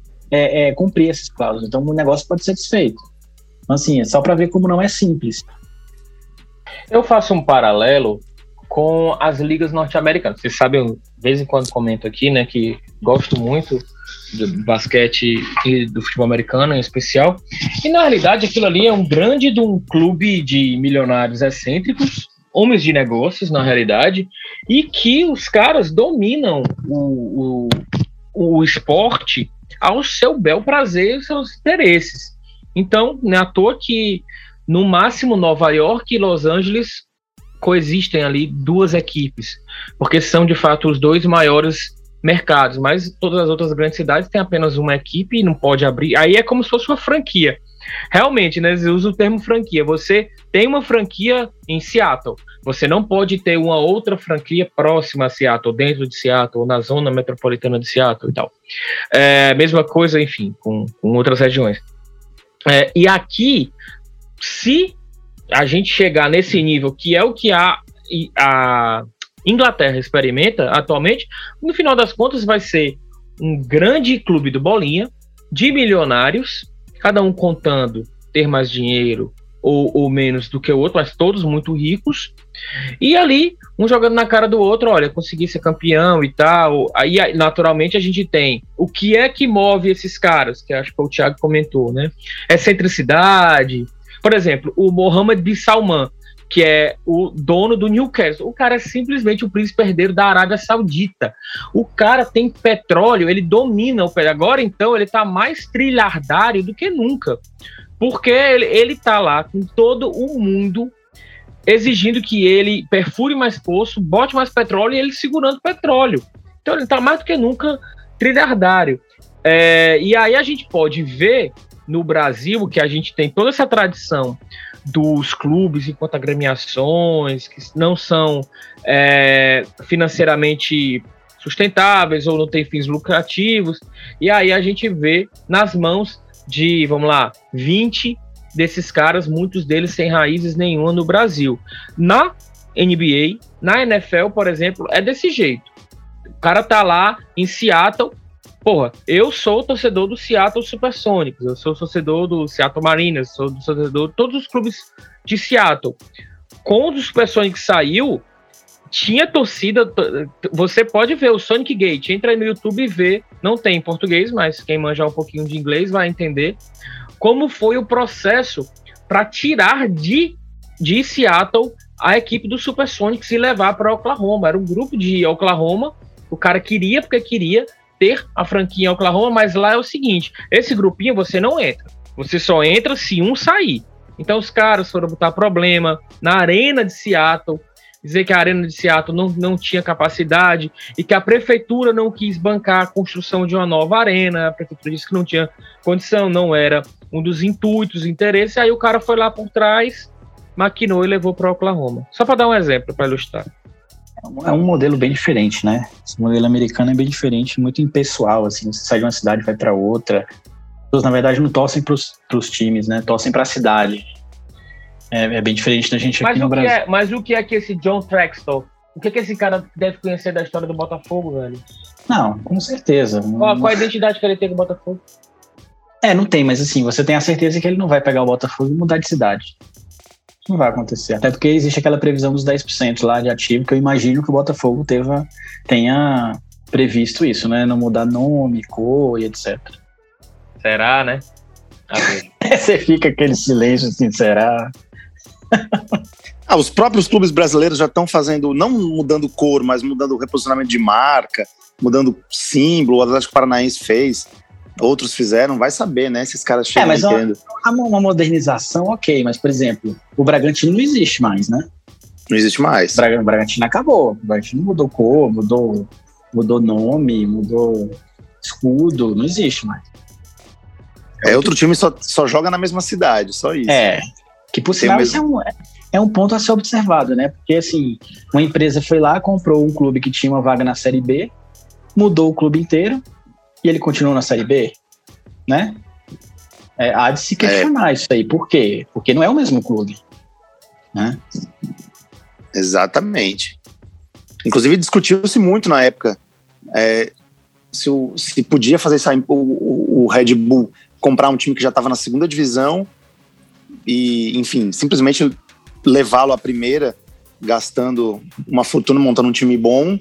é, é, cumprir essas cláusulas. Então o negócio pode ser desfeito. Então, assim, é só para ver como não é simples. Eu faço um paralelo com as ligas norte-americanas. Vocês sabem, eu, de vez em quando comento aqui, né, que gosto muito do basquete e do futebol americano em especial, e na realidade aquilo ali é um grande de um clube de milionários excêntricos, homens de negócios na realidade, e que os caras dominam o, o, o esporte ao seu bel prazer e seus interesses. Então, não é à toa que no máximo Nova York e Los Angeles coexistem ali duas equipes, porque são de fato os dois maiores mercados, mas todas as outras grandes cidades têm apenas uma equipe e não pode abrir, aí é como se fosse uma franquia. Realmente, né, você usa o termo franquia, você tem uma franquia em Seattle, você não pode ter uma outra franquia próxima a Seattle, dentro de Seattle, ou na zona metropolitana de Seattle e tal. É, mesma coisa, enfim, com, com outras regiões. É, e aqui, se a gente chegar nesse nível, que é o que a, a Inglaterra experimenta atualmente, no final das contas vai ser um grande clube do bolinha, de milionários, cada um contando ter mais dinheiro ou, ou menos do que o outro, mas todos muito ricos, e ali, um jogando na cara do outro, olha, consegui ser campeão e tal. Aí, naturalmente, a gente tem o que é que move esses caras, que acho que o Thiago comentou, né? Excentricidade. Por exemplo, o Mohammed bin Salman, que é o dono do Newcastle. O cara é simplesmente o príncipe herdeiro da Arábia Saudita. O cara tem petróleo, ele domina o petróleo. Agora, então, ele tá mais trilhardário do que nunca. Porque ele, ele tá lá com todo o mundo exigindo que ele perfure mais poço, bote mais petróleo e ele segurando petróleo. Então, ele tá mais do que nunca trilhardário. É, e aí a gente pode ver no Brasil que a gente tem toda essa tradição dos clubes enquanto agremiações que não são é, financeiramente sustentáveis ou não têm fins lucrativos, e aí a gente vê nas mãos de, vamos lá, vinte desses caras, muitos deles sem raízes nenhuma no Brasil. Na N B A, na N F L, por exemplo, é desse jeito. O cara tá lá em Seattle. Porra, eu sou torcedor do Seattle Supersonics, eu sou torcedor do Seattle Mariners, sou torcedor de todos os clubes de Seattle. Quando o Supersonics saiu, tinha torcida, você pode ver o Sonic Gate, entra aí no YouTube e vê, não tem em português, mas quem manjar um pouquinho de inglês vai entender como foi o processo para tirar de, de Seattle a equipe do Supersonics e levar para Oklahoma. Era um grupo de Oklahoma, o cara queria porque queria ter a franquia em Oklahoma, mas lá é o seguinte, esse grupinho você não entra, você só entra se um sair. Então os caras foram botar problema na arena de Seattle, dizer que a arena de Seattle não, não tinha capacidade e que a prefeitura não quis bancar a construção de uma nova arena, a prefeitura disse que não tinha condição, não era um dos intuitos, interesses, aí o cara foi lá por trás, maquinou e levou para Oklahoma. Só para dar um exemplo, para ilustrar. É um modelo bem diferente, né? Esse modelo americano é bem diferente, muito impessoal, assim, você sai de uma cidade e vai para outra. As pessoas, na verdade, não torcem para os times, né? Torcem para a cidade. É, é bem diferente da gente mas aqui no que Brasil. É, mas o que é que esse John Trextor, o que é que esse cara deve conhecer da história do Botafogo, velho? Não, com certeza. Qual, qual a identidade que ele tem com o Botafogo? É, não tem, mas assim, você tem a certeza que ele não vai pegar o Botafogo e mudar de cidade. Não vai acontecer. Até porque existe aquela previsão dos dez por cento lá de ativo, que eu imagino que o Botafogo teva, tenha previsto isso, né? Não mudar nome, cor e etcétera. Será, né? Você fica aquele silêncio assim, será? Ah, os próprios clubes brasileiros já estão fazendo, não mudando cor, mas mudando o reposicionamento de marca, mudando símbolo, o Atlético Paranaense fez, outros fizeram, vai saber, né? Esses caras chegam é, mas entendendo. Uma, uma modernização, ok, mas, por exemplo, o Bragantino não existe mais, né? Não existe mais. O Bragantino acabou, o Bragantino mudou cor, mudou, mudou nome, mudou escudo, não existe mais. É, outro time só, só joga na mesma cidade, só isso. É, que por sinal isso é um, é um ponto a ser observado, né? Porque, assim, uma empresa foi lá, comprou um clube que tinha uma vaga na Série B, mudou o clube inteiro e ele continuou na Série B, né? É, há de se questionar é. isso aí. Por quê? Porque não é o mesmo clube, né? Exatamente. Inclusive, discutiu-se muito na época é, se, o, se podia fazer isso aí, o, o Red Bull comprar um time que já estava na segunda divisão e, enfim, simplesmente levá-lo à primeira gastando uma fortuna montando um time bom,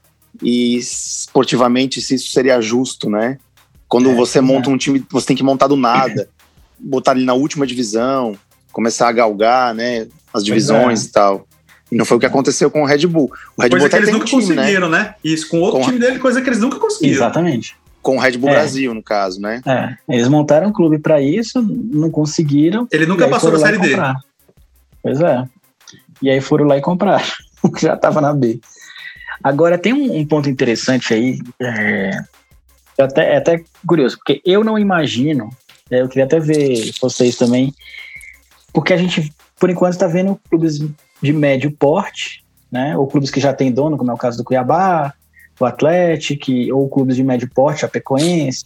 e esportivamente se isso seria justo, né? Quando é, você monta é. um time, você tem que montar do nada, botar ele na última divisão, começar a galgar, né, as divisões é. e tal. E não foi o que aconteceu com o Red Bull. O Red coisa Bull que até eles tem nunca time, conseguiram, né? né? Isso, com outro com time dele, coisa que eles nunca conseguiram. Exatamente. Com o Red Bull é. Brasil, no caso, né? É, eles montaram um clube para isso, não conseguiram. Ele nunca passou da Série D. Pois é. E aí foram lá e compraram, que já estava na B. Agora, tem um, um ponto interessante aí, é, é, até, é até curioso, porque eu não imagino, é, eu queria até ver vocês também, porque a gente, por enquanto, está vendo clubes de médio porte, né, ou clubes que já têm dono, como é o caso do Cuiabá, o Atlético, ou clubes de médio porte, a Chapecoense,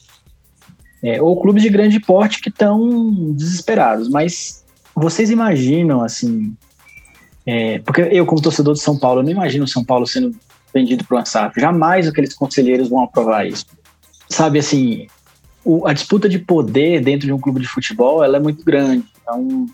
é, ou clubes de grande porte que estão desesperados. Mas vocês imaginam, assim, é, porque eu, como torcedor de São Paulo, eu não imagino o São Paulo sendo vendido para o A S A F. Jamais aqueles conselheiros vão aprovar isso. Sabe, assim, o, a disputa de poder dentro de um clube de futebol, ela é muito grande. Então,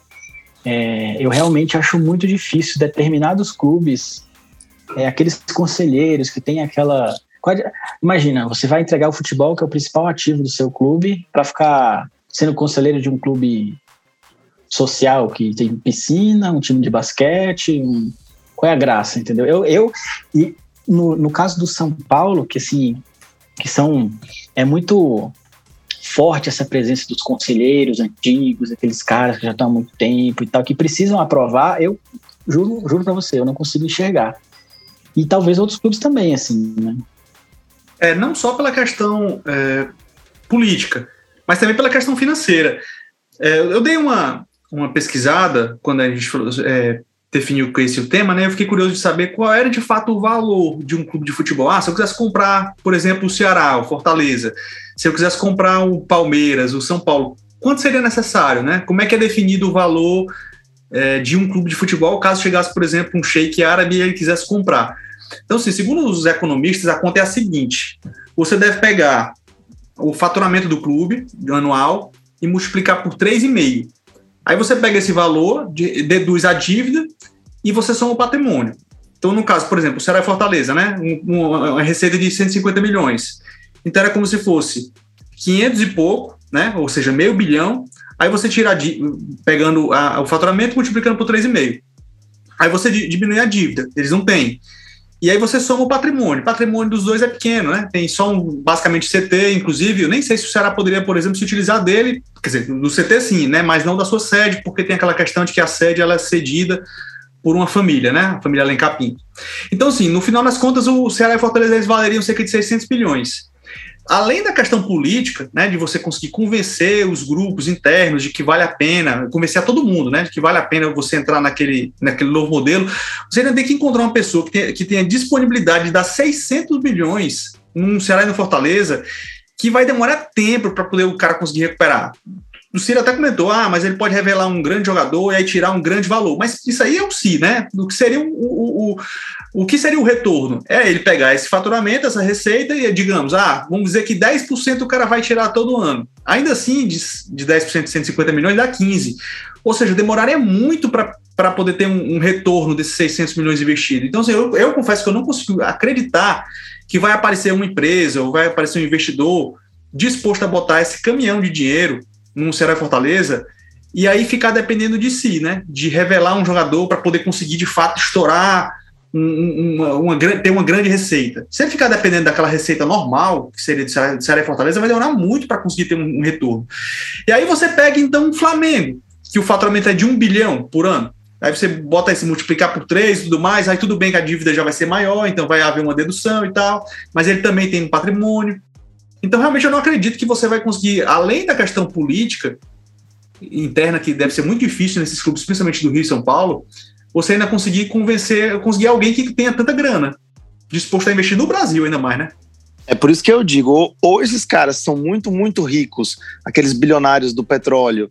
é, eu realmente acho muito difícil determinados clubes, é, aqueles conselheiros que têm aquela... Imagina, você vai entregar o futebol, que é o principal ativo do seu clube, para ficar sendo conselheiro de um clube social, que tem piscina, um time de basquete, um... qual é a graça, entendeu? Eu, eu e no, no caso do São Paulo, que assim, que são, é muito forte essa presença dos conselheiros antigos, aqueles caras que já estão há muito tempo e tal, que precisam aprovar, eu juro, juro para você, eu não consigo enxergar. E talvez outros clubes também, assim, né? É, não só pela questão é, política, mas também pela questão financeira. É, eu dei uma, uma pesquisada quando a gente falou, é, definiu esse o tema, né? Eu fiquei curioso de saber qual era de fato o valor de um clube de futebol. Ah, se eu quisesse comprar, por exemplo, o Ceará, o Fortaleza, se eu quisesse comprar o Palmeiras, o São Paulo, quanto seria necessário, né? Como é que é definido o valor é, de um clube de futebol caso chegasse, por exemplo, um sheik árabe e ele quisesse comprar? Então, assim, segundo os economistas, a conta é a seguinte: você deve pegar o faturamento do clube anual e multiplicar por três vírgula cinco. Aí você pega esse valor, deduz a dívida e você soma o patrimônio. Então, no caso, por exemplo, o Ceará e Fortaleza, né? Um, uma receita de cento e cinquenta milhões. Então, era como se fosse quinhentos e pouco, né? Ou seja, meio bilhão. Aí você tira, a, pegando a, o faturamento e multiplicando por três vírgula cinco. Aí você diminui a dívida. Eles não têm. E aí você soma o patrimônio. O patrimônio dos dois é pequeno, né? Tem só um, basicamente C T, inclusive, eu nem sei se o Ceará poderia, por exemplo, se utilizar dele, quer dizer, do C T sim, né? Mas não da sua sede, porque tem aquela questão de que a sede ela é cedida por uma família, né? A família Alencar Pinto. Então, assim, no final das contas, o Ceará e Fortaleza eles valeriam cerca de seiscentos milhões. Além da questão política, né, de você conseguir convencer os grupos internos de que vale a pena, convencer a todo mundo, né, de que vale a pena você entrar naquele, naquele novo modelo, você ainda tem que encontrar uma pessoa que tenha, que tenha disponibilidade de dar seiscentos milhões num Ceará e no Fortaleza, que vai demorar tempo para poder o cara conseguir recuperar. O Ciro até comentou, ah, mas ele pode revelar um grande jogador e aí tirar um grande valor. Mas isso aí é o si, né? O que seria o, o, o, o que seria o retorno? É ele pegar esse faturamento, essa receita e, digamos, ah, vamos dizer que dez por cento o cara vai tirar todo ano. Ainda assim, de, de dez por cento de cento e cinquenta milhões dá quinze. Ou seja, demoraria muito para poder ter um, um retorno desses seiscentos milhões investidos. Então, assim, eu, eu confesso que eu não consigo acreditar que vai aparecer uma empresa ou vai aparecer um investidor disposto a botar esse caminhão de dinheiro num Ceará e Fortaleza, e aí ficar dependendo de si, né? De revelar um jogador para poder conseguir, de fato, estourar, um, uma, uma, ter uma grande receita. Se ele ficar dependendo daquela receita normal, que seria de Ceará, de Ceará e Fortaleza, vai demorar muito para conseguir ter um, um retorno. E aí você pega, então, o Flamengo, que o faturamento é de um bilhão por ano. Aí você bota esse multiplicar por três e tudo mais, aí tudo bem que a dívida já vai ser maior, então vai haver uma dedução e tal, mas ele também tem um patrimônio. Então, realmente, eu não acredito que você vai conseguir, além da questão política interna, que deve ser muito difícil nesses clubes, principalmente do Rio e São Paulo, você ainda conseguir convencer, conseguir alguém que tenha tanta grana, disposto a investir no Brasil ainda mais, né? É por isso que eu digo, ou, ou esses caras são muito, muito ricos, aqueles bilionários do petróleo,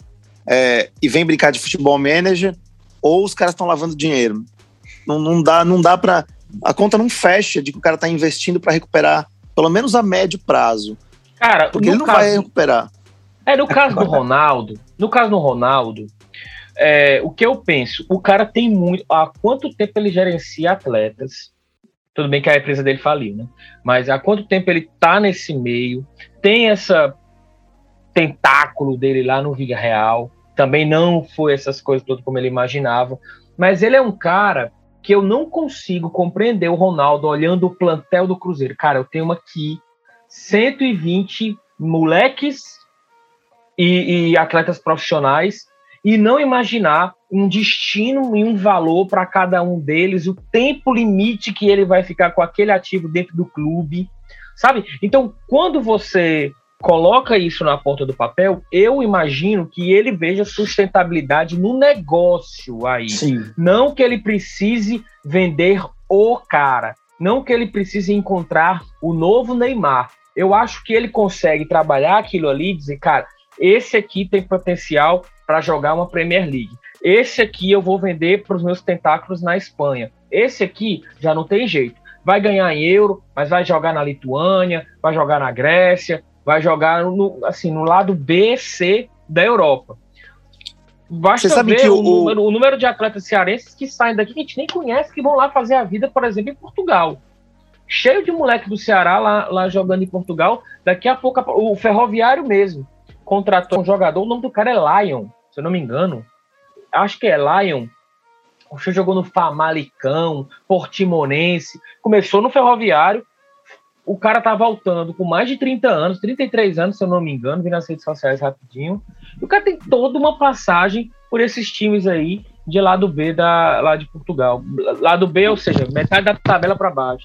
é, e vêm brincar de futebol manager, ou os caras estão lavando dinheiro. Não, não dá, não dá pra... A conta não fecha de que o cara está investindo para recuperar pelo menos a médio prazo. Cara, porque ele não caso, vai recuperar. É, no caso do Ronaldo, no caso do Ronaldo, é, o que eu penso, o cara tem muito... Há quanto tempo ele gerencia atletas? Tudo bem que a empresa dele faliu, né? Mas há quanto tempo ele tá nesse meio? Tem essa tentáculo dele lá no Villarreal. Também não foi essas coisas todas como ele imaginava. Mas ele é um cara que eu não consigo compreender o Ronaldo olhando o plantel do Cruzeiro. Cara, eu tenho aqui cento e vinte moleques e, e atletas profissionais e não imaginar um destino e um valor para cada um deles, o tempo limite que ele vai ficar com aquele ativo dentro do clube, sabe? Então, quando você coloca isso na ponta do papel, eu imagino que ele veja sustentabilidade no negócio aí. Sim. Não que ele precise vender o cara, não que ele precise encontrar o novo Neymar. Eu acho que ele consegue trabalhar aquilo ali e dizer, cara, esse aqui tem potencial para jogar uma Premier League. Esse aqui eu vou vender para os meus tentáculos na Espanha. Esse aqui já não tem jeito. Vai ganhar em euro, mas vai jogar na Lituânia, vai jogar na Grécia, vai jogar no, assim, no lado B, C da Europa. Basta Você sabe ver que o, o, número, o número de atletas cearenses que saem daqui, que a gente nem conhece, que vão lá fazer a vida, por exemplo, em Portugal. Cheio de moleque do Ceará lá, lá jogando em Portugal. Daqui a pouco, o Ferroviário mesmo contratou um jogador, o nome do cara é Lion, se eu não me engano. Acho que é Lion. O Xô jogou no Famalicão, Portimonense, começou no Ferroviário. O cara tá voltando com mais de trinta anos, trinta e três anos, se eu não me engano, vi nas redes sociais rapidinho. E o cara tem toda uma passagem por esses times aí de lado B da, lá de Portugal. Lado B, ou seja, metade da tabela para baixo.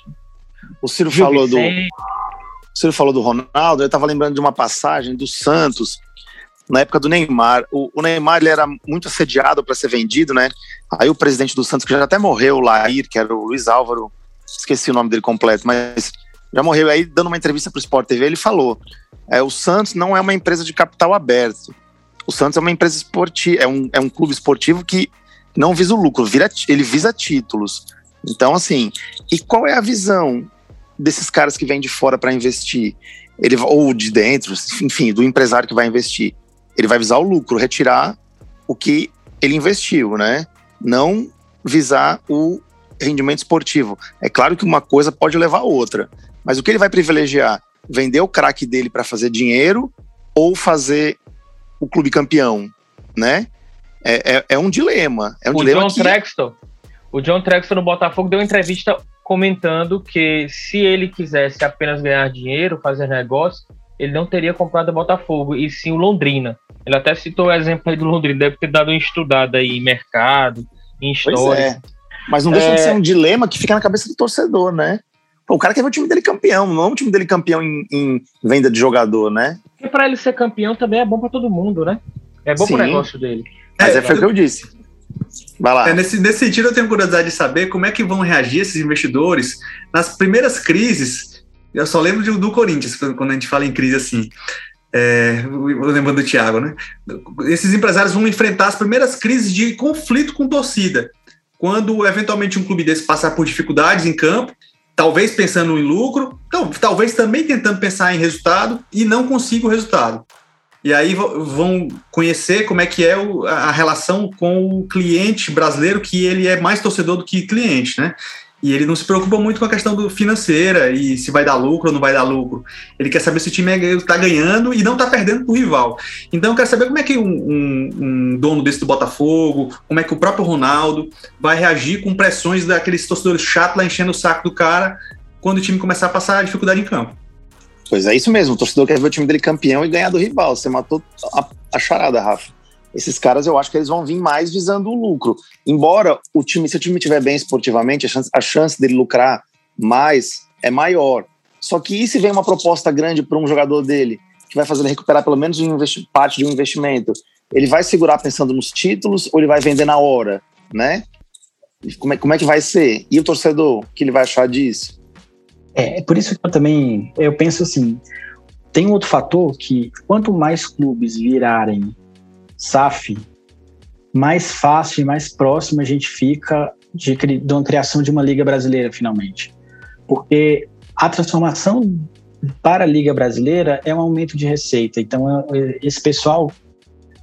O Ciro falou do, o Ciro falou do Ronaldo, eu tava lembrando de uma passagem do Santos, na época do Neymar. O, o Neymar, ele era muito assediado para ser vendido, né? Aí o presidente do Santos, que já até morreu, o Lair, que era o Luiz Álvaro, esqueci o nome dele completo, mas já morreu. Aí, dando uma entrevista para o Sport T V, ele falou, é, o Santos não é uma empresa de capital aberto. O Santos é uma empresa esportiva, é um, é um clube esportivo que não visa o lucro, vira, ele visa títulos. Então, assim, e qual é a visão desses caras que vêm de fora para investir? Ele, ou de dentro, enfim, do empresário que vai investir. Ele vai visar o lucro, retirar o que ele investiu, né? Não visar o rendimento esportivo. É claro que uma coisa pode levar a outra, mas o que ele vai privilegiar? Vender o craque dele para fazer dinheiro ou fazer o clube campeão, né? É, é, é um dilema. É um o dilema John que... Trextor, o John Trextor no Botafogo deu uma entrevista comentando que se ele quisesse apenas ganhar dinheiro, fazer negócio, ele não teria comprado o Botafogo, e sim o Londrina. Ele até citou o exemplo aí do Londrina, deve ter dado uma estudada aí em mercado, em história. Pois é. Mas não deixa é... de ser um dilema que fica na cabeça do torcedor, né? Pô, o cara quer ver o time dele campeão, não é o time dele campeão em, em venda de jogador, né? Porque pra ele ser campeão também é bom pra todo mundo, né? É bom Sim. pro negócio dele. Mas é, é foi o que eu disse. Vai lá. É, nesse, nesse sentido, eu tenho curiosidade de saber como é que vão reagir esses investidores nas primeiras crises. Eu só lembro do, do Corinthians, quando a gente fala em crise assim. É, eu lembro do Thiago, né? Esses empresários vão enfrentar as primeiras crises de conflito com torcida. Quando, eventualmente, um clube desse passar por dificuldades em campo, talvez pensando em lucro, então, talvez também tentando pensar em resultado e não consiga o resultado. E aí vão conhecer como é que é a relação com o cliente brasileiro, que ele é mais torcedor do que cliente, né? E ele não se preocupa muito com a questão do financeira e se vai dar lucro ou não vai dar lucro. Ele quer saber se o time está ganhando e não está perdendo para o rival. Então eu quero saber como é que um, um, um dono desse do Botafogo, como é que o próprio Ronaldo vai reagir com pressões daqueles torcedores chatos lá enchendo o saco do cara quando o time começar a passar dificuldade em campo. Pois é isso mesmo, o torcedor quer ver o time dele campeão e ganhar do rival. Você matou a, a charada, Rafa. Esses caras, eu acho que eles vão vir mais visando o lucro. Embora o time, se o time estiver bem esportivamente, a chance, a chance dele lucrar mais é maior. Só que e se vem uma proposta grande para um jogador dele, que vai fazer ele recuperar pelo menos um investi- parte de um investimento, ele vai segurar pensando nos títulos ou ele vai vender na hora, né? Como é, como é que vai ser? E o torcedor, o que ele vai achar disso? É, por isso que eu também, eu penso assim, tem um outro fator que quanto mais clubes virarem S A F, mais fácil e mais próximo a gente fica de, de uma criação de uma Liga Brasileira, finalmente. Porque a transformação para a Liga Brasileira é um aumento de receita. Então, esse pessoal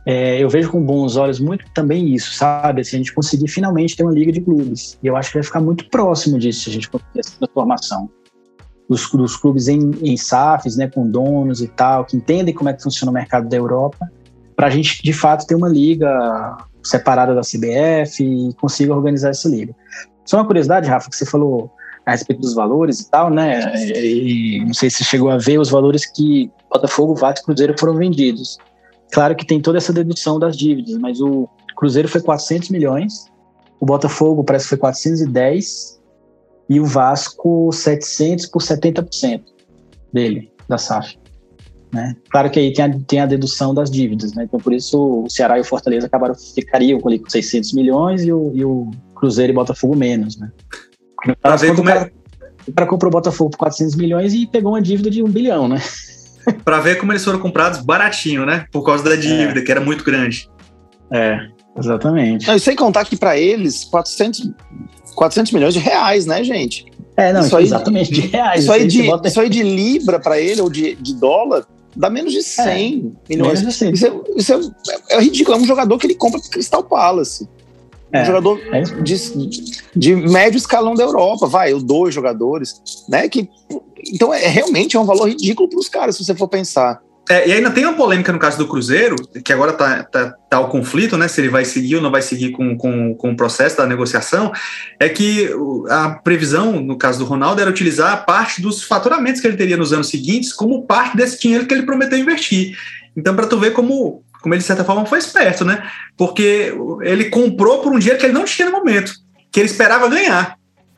é, eu vejo com bons olhos muito também isso, sabe? Assim, a gente conseguir finalmente ter uma liga de clubes. E eu acho que vai ficar muito próximo disso, se a gente conseguir essa transformação. Dos, dos clubes em, em S A Fs, né, com donos e tal, que entendem como é que funciona o mercado da Europa, para a gente, de fato, ter uma liga separada da C B F e consiga organizar essa liga. Só uma curiosidade, Rafa, que você falou a respeito dos valores e tal, né? E não sei se você chegou a ver os valores que Botafogo, Vasco e Cruzeiro foram vendidos. Claro que tem toda essa dedução das dívidas, mas o Cruzeiro foi quatrocentos milhões, o Botafogo parece que foi quatrocentos e dez e o Vasco setecentos por setenta por cento dele, da S A F. Né? Claro que aí tem a, tem a dedução das dívidas, né? Então por isso o Ceará e o Fortaleza acabaram, ficariam com, ali, com seiscentos milhões e o, e o Cruzeiro e Botafogo menos, né? Para ver como é... O cara comprou o Botafogo por quatrocentos milhões e pegou uma dívida de um bilhão, né? Para ver como eles foram comprados baratinho, né? Por causa da dívida, é. que era muito grande. É, exatamente. Não, e sem contar que para eles, quatrocentos, quatrocentos milhões de reais, né, gente? É, não, isso aí, exatamente, de reais. Isso aí de, bota... isso aí de libra para ele, ou de, de dólar, dá menos de cem é, milhões. Menos de cem. Isso, é, isso é, é ridículo. É um jogador que ele compra pro Crystal Palace. Um é, jogador é de, de médio escalão da Europa, vai, os dois jogadores, né? Que, então, é, realmente é um valor ridículo para os caras, se você for pensar. É, e ainda tem uma polêmica no caso do Cruzeiro, que agora tá, tá, tá o conflito, né? Se ele vai seguir ou não vai seguir com, com, com o processo da negociação, é que a previsão, no caso do Ronaldo, era utilizar a parte dos faturamentos que ele teria nos anos seguintes como parte desse dinheiro que ele prometeu investir. Então, para tu ver como... como ele, de certa forma, foi esperto, né? Porque ele comprou por um dinheiro que ele não tinha no momento, que ele esperava ganhar.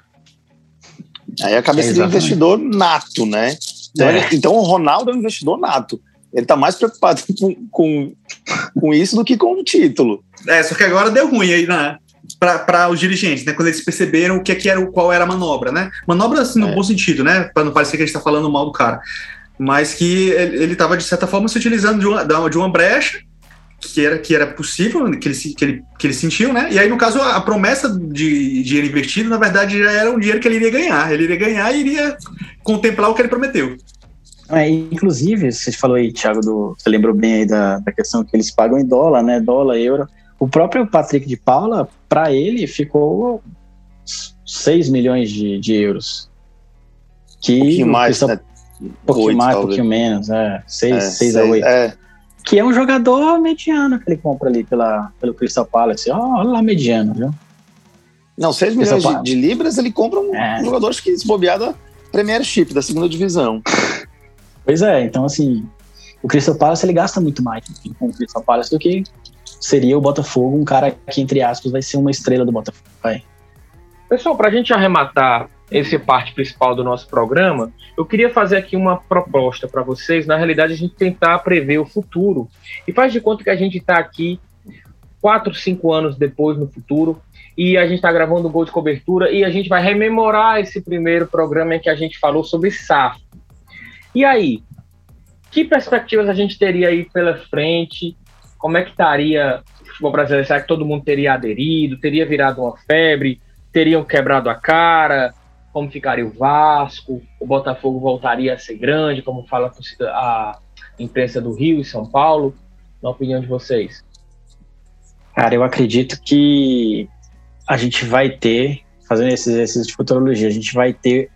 Aí a cabeça é do investidor nato, né? Então, é. ele, então o Ronaldo é um investidor nato. Ele tá mais preocupado com, com, com isso do que com o título. É, só que agora deu ruim aí para os dirigentes, né? Quando eles perceberam o que, que era, qual era a manobra, né? Manobra assim, no é. bom sentido, né? Para não parecer que a gente tá falando mal do cara. Mas que ele estava, de certa forma, se utilizando de uma, de uma brecha que era, que era possível, que ele, que, ele, que ele sentiu, né? E aí, no caso, a, a promessa de dinheiro investido, na verdade, já era um dinheiro que ele iria ganhar. Ele iria ganhar e iria contemplar o que ele prometeu. É, inclusive, você falou aí, Thiago, do, você lembrou bem aí da, da questão que eles pagam em dólar, né? Dólar, euro. O próprio Patrick de Paula, para ele, ficou seis milhões de, de euros. Que um pouquinho mais, né? Um pouquinho oito, mais, um pouquinho menos, é. seis a oito. É. Que é um jogador mediano que ele compra ali pela, pelo Crystal Palace. Oh, olha lá, mediano, viu? Não, seis milhões de, de libras ele compra um é. jogador que se bobear da Premiership, da segunda divisão. Pois é, então assim, o Crystal Palace ele gasta muito mais com o Crystal Palace do que seria o Botafogo, um cara que, entre aspas, vai ser uma estrela do Botafogo. Vai. Pessoal, pra gente arrematar essa parte principal do nosso programa, eu queria fazer aqui uma proposta para vocês. Na realidade, a gente tentar prever o futuro. E faz de conta que a gente está aqui quatro, cinco anos depois no futuro, e a gente está gravando o Gol de Cobertura, e a gente vai rememorar esse primeiro programa em que a gente falou sobre S A F. E aí, que perspectivas a gente teria aí pela frente? Como é que estaria o futebol brasileiro? Será que todo mundo teria aderido? Teria virado uma febre? Teriam quebrado a cara? Como ficaria o Vasco? O Botafogo voltaria a ser grande, como fala a imprensa do Rio e São Paulo? Na opinião de vocês. Cara, eu acredito que a gente vai ter, fazendo esse exercício de futurologia, a gente vai ter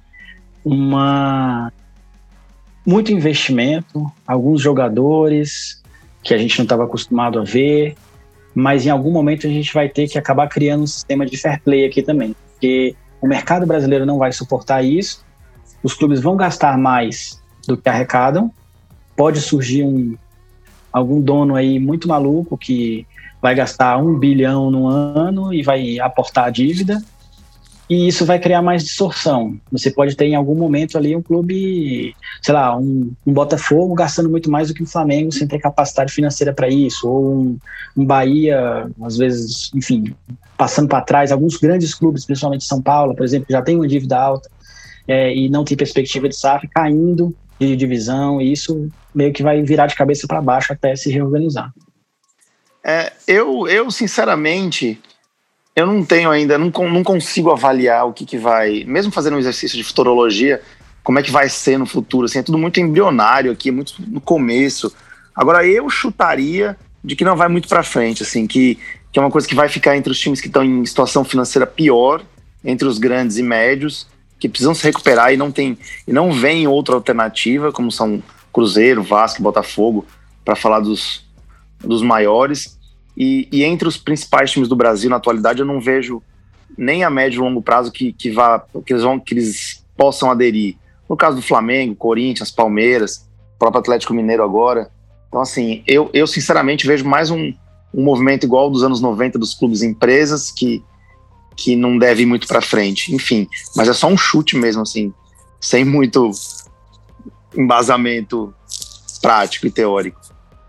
uma muito investimento, alguns jogadores que a gente não estava acostumado a ver, mas em algum momento a gente vai ter que acabar criando um sistema de fair play aqui também, porque o mercado brasileiro não vai suportar isso, os clubes vão gastar mais do que arrecadam, pode surgir um, algum dono aí muito maluco que vai gastar um bilhão no ano e vai aportar a dívida, e isso vai criar mais distorção. Você pode ter em algum momento ali um clube, sei lá, um, um Botafogo gastando muito mais do que o Flamengo sem ter capacidade financeira para isso, ou um, um Bahia, às vezes, enfim, passando para trás. Alguns grandes clubes, principalmente São Paulo, por exemplo, já tem uma dívida alta é, e não tem perspectiva de S A F, caindo de divisão, e isso meio que vai virar de cabeça para baixo até se reorganizar. É, eu, eu, sinceramente, eu não tenho ainda, não, não consigo avaliar o que, que vai, mesmo fazendo um exercício de futurologia, como é que vai ser no futuro, assim, é tudo muito embrionário aqui, muito no começo. Agora, eu chutaria de que não vai muito para frente, assim, que, que é uma coisa que vai ficar entre os times que estão em situação financeira pior, entre os grandes e médios, que precisam se recuperar e não tem, e não vem outra alternativa, como são Cruzeiro, Vasco, Botafogo, para falar dos, dos maiores. E, e entre os principais times do Brasil na atualidade, eu não vejo nem a médio e longo prazo que, que, vá, que, eles vão, que eles possam aderir. No caso do Flamengo, Corinthians, Palmeiras, próprio Atlético Mineiro agora. Então, assim, eu, eu sinceramente vejo mais um, um movimento igual ao dos anos noventa dos clubes e empresas, que, que não deve ir muito para frente. Enfim, mas é só um chute mesmo, assim, sem muito embasamento prático e teórico.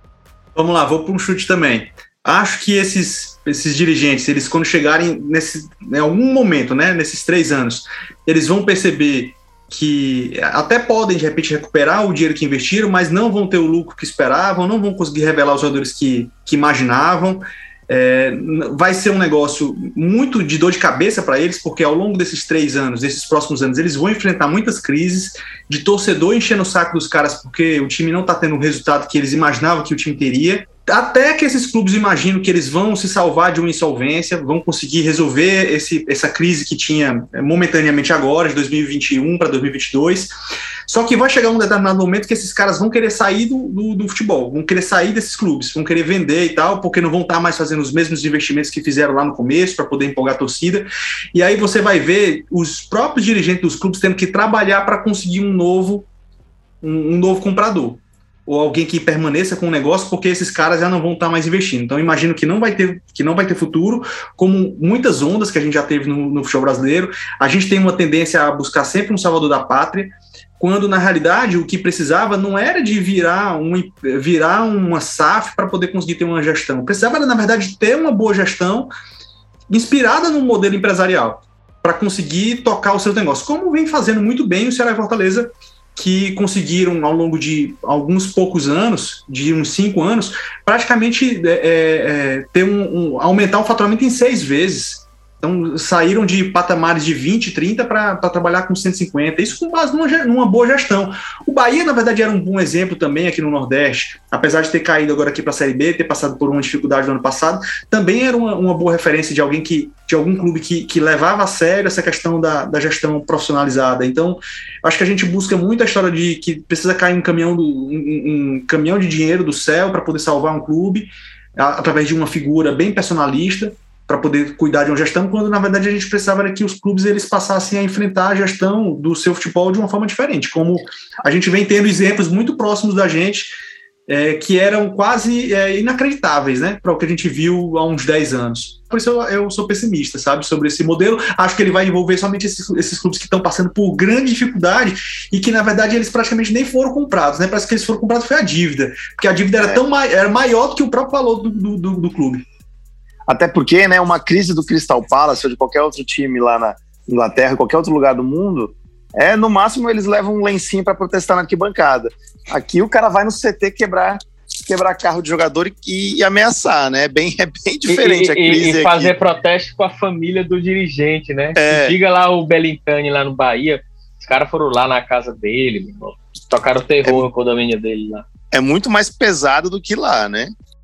Vamos lá, vou para um chute também. Acho que esses, esses dirigentes, eles quando chegarem nesse, em algum momento, né, nesses três anos, eles vão perceber que até podem, de repente, recuperar o dinheiro que investiram, mas não vão ter o lucro que esperavam, não vão conseguir revelar os jogadores que, que imaginavam. É, vai ser um negócio muito de dor de cabeça para eles, porque ao longo desses três anos, desses próximos anos, eles vão enfrentar muitas crises, de torcedor enchendo o saco dos caras porque o time não está tendo o resultado que eles imaginavam que o time teria. Até que esses clubes imaginam que eles vão se salvar de uma insolvência, vão conseguir resolver esse, essa crise que tinha momentaneamente agora, de dois mil e vinte e um para dois mil e vinte e dois. Só que vai chegar um determinado momento que esses caras vão querer sair do, do, do futebol, vão querer sair desses clubes, vão querer vender e tal, porque não vão estar mais fazendo os mesmos investimentos que fizeram lá no começo para poder empolgar a torcida. E aí você vai ver os próprios dirigentes dos clubes tendo que trabalhar para conseguir um novo, um, um novo comprador, ou alguém que permaneça com o negócio, porque esses caras já não vão estar mais investindo. Então, imagino que não vai ter, que não vai ter futuro, como muitas ondas que a gente já teve no, no futebol brasileiro. A gente tem uma tendência a buscar sempre um salvador da pátria, quando, na realidade, o que precisava não era de virar, um, virar uma S A F para poder conseguir ter uma gestão. Precisava, na verdade, ter uma boa gestão inspirada no modelo empresarial, para conseguir tocar o seu negócio, como vem fazendo muito bem o Ceará e Fortaleza, que conseguiram, ao longo de alguns poucos anos, de uns cinco anos, praticamente é, é, ter um, um, aumentar o faturamento em seis vezes. Então, saíram de patamares de vinte, trinta para trabalhar com cento e cinquenta, isso com base numa, numa boa gestão. O Bahia, na verdade, era um bom exemplo também aqui no Nordeste, apesar de ter caído agora aqui para a Série B, ter passado por uma dificuldade no ano passado, também era uma, uma boa referência de alguém que, de algum clube que, que levava a sério essa questão da, da gestão profissionalizada. Então, acho que a gente busca muito a história de que precisa cair um caminhão, do, um, um caminhão de dinheiro do céu para poder salvar um clube, através de uma figura bem personalista, para poder cuidar de uma gestão, quando na verdade a gente precisava que os clubes eles passassem a enfrentar a gestão do seu futebol de uma forma diferente, como a gente vem tendo exemplos muito próximos da gente, é, que eram quase é, inacreditáveis, né, para o que a gente viu há uns dez anos. Por isso eu, eu sou pessimista, sabe, sobre esse modelo. Acho que ele vai envolver somente esses, esses clubes que estão passando por grande dificuldade e que na verdade eles praticamente nem foram comprados, né, parece que eles foram comprados foi a dívida, porque a dívida era, é. tão ma- era maior do que o próprio valor do, do, do, do clube. Até porque, né, uma crise do Crystal Palace ou de qualquer outro time lá na Inglaterra, qualquer outro lugar do mundo, é no máximo eles levam um lencinho para protestar na arquibancada. Aqui o cara vai no C T quebrar, quebrar carro de jogador e, e ameaçar, né? É bem, é bem diferente e, a crise. E, e fazer aqui. protesto com a família do dirigente, né? É. Diga lá o Belintani lá no Bahia, os caras foram lá na casa dele, meu irmão, tocaram terror é, no condomínio dele lá. É muito mais pesado do que lá, né?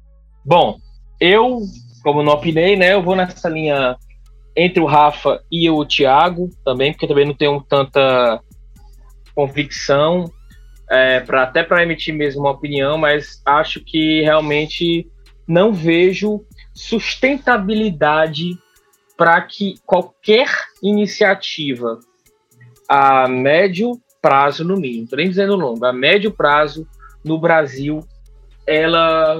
Bom, eu... Como não opinei, né? Eu vou nessa linha entre o Rafa e o Thiago também, porque também não tenho tanta convicção, é, pra, até para emitir mesmo uma opinião, mas acho que realmente não vejo sustentabilidade para que qualquer iniciativa a médio prazo, no mínimo, não estou nem dizendo longo, a médio prazo no Brasil, ela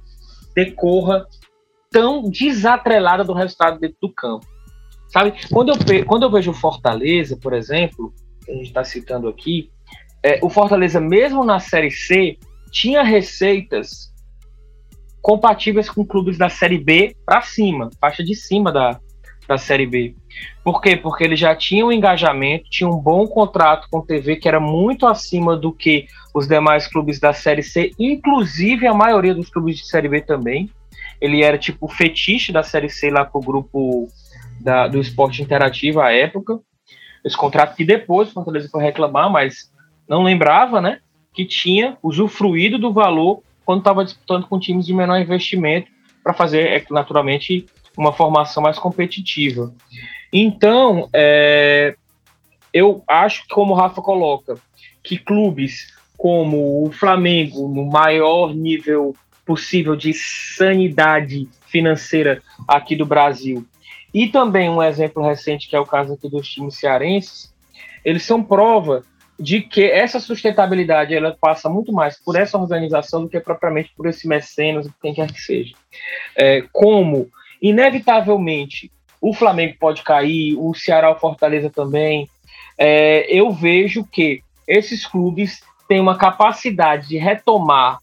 decorra tão desatrelada do resultado dentro do campo, sabe? Quando eu, quando eu vejo o Fortaleza, por exemplo, que a gente está citando aqui, é, o Fortaleza, mesmo na Série C, tinha receitas compatíveis com clubes da Série B para cima, faixa de cima da, da Série B. Por quê? Porque ele já tinha um engajamento, tinha um bom contrato com T V que era muito acima do que os demais clubes da Série C, inclusive a maioria dos clubes de Série B também. Ele era tipo o fetiche da Série C lá pro grupo da, do Esporte Interativo à época. Esse contrato que depois o Fortaleza foi reclamar, mas não lembrava, né? Que tinha usufruído do valor quando estava disputando com times de menor investimento para fazer, naturalmente, uma formação mais competitiva. Então, é, eu acho que, como o Rafa coloca, que clubes como o Flamengo, no maior nível possível de sanidade financeira aqui do Brasil, e também um exemplo recente, que é o caso aqui dos times cearenses, eles são prova de que essa sustentabilidade ela passa muito mais por essa organização do que propriamente por esse mecenas, quem quer que seja. É, como, inevitavelmente, o Flamengo pode cair, o Ceará, o Fortaleza também, é, eu vejo que esses clubes têm uma capacidade de retomar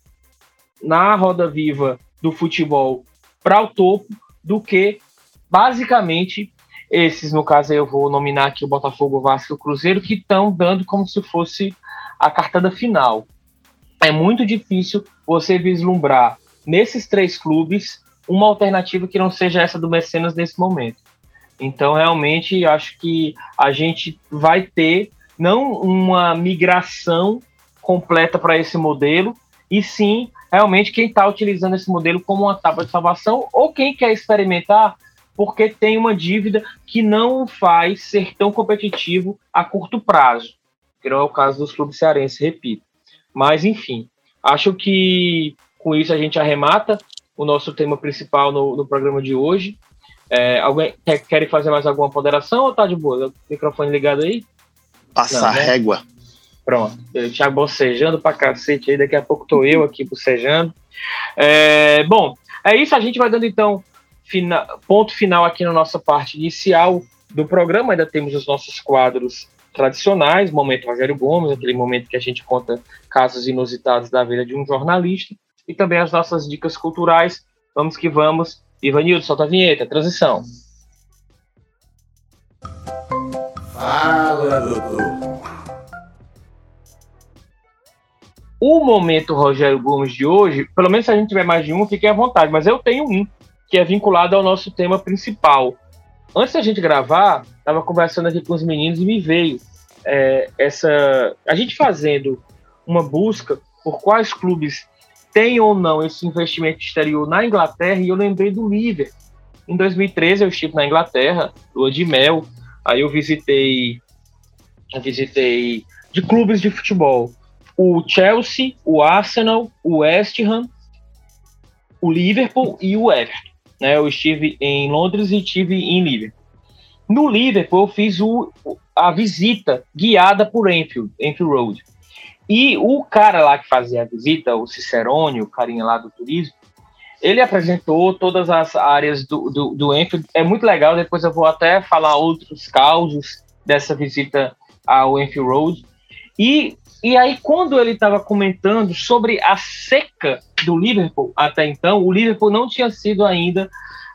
na roda viva do futebol para o topo do que, basicamente, esses, no caso, eu vou nominar aqui o Botafogo, o Vasco e o Cruzeiro, que estão dando como se fosse a cartada final. É muito difícil você vislumbrar nesses três clubes uma alternativa que não seja essa do Mecenas nesse momento. Então, realmente, acho que a gente vai ter não uma migração completa para esse modelo, e sim, realmente, quem está utilizando esse modelo como uma tábua de salvação, ou quem quer experimentar porque tem uma dívida que não o faz ser tão competitivo a curto prazo, que não é o caso dos clubes cearenses, repito. Mas, enfim, acho que com isso a gente arremata o nosso tema principal no, no programa de hoje. É, alguém quer, quer fazer mais alguma ponderação ou tá de boa? O microfone ligado aí? Passar né? régua. Pronto. O Thiago bocejando pra cacete aí, daqui a pouco tô eu aqui bocejando. É, bom, é isso, a gente vai dando então Fina, ponto final aqui na nossa parte inicial do programa. Ainda temos os nossos quadros tradicionais, Momento Rogério Gomes, aquele momento que a gente conta casos inusitados da vida de um jornalista, e também as nossas dicas culturais. Vamos que vamos. Ivanildo, solta a vinheta, transição. Fala, doutor. O Momento Rogério Gomes de hoje, pelo menos se a gente tiver mais de um, fiquem à vontade, mas eu tenho um que é vinculado ao nosso tema principal. Antes da gente gravar, estava conversando aqui com os meninos e me veio é, essa... a gente fazendo uma busca por quais clubes têm ou não esse investimento exterior na Inglaterra, e eu lembrei do Liverpool. Em dois mil e treze eu estive na Inglaterra, lua de mel, aí eu visitei, eu visitei de clubes de futebol o Chelsea, o Arsenal, o West Ham, o Liverpool e o Everton. Né, eu estive em Londres e estive em Liverpool. No Liverpool, eu fiz o, a visita guiada por Enfield, Enfield Road. E o cara lá que fazia a visita, o Cicerone, o carinha lá do turismo, ele apresentou todas as áreas do, do, do Enfield. É muito legal, depois eu vou até falar outros causos dessa visita ao Enfield Road. E, e aí, quando ele estava comentando sobre a seca do Liverpool até então, o Liverpool não tinha sido ainda,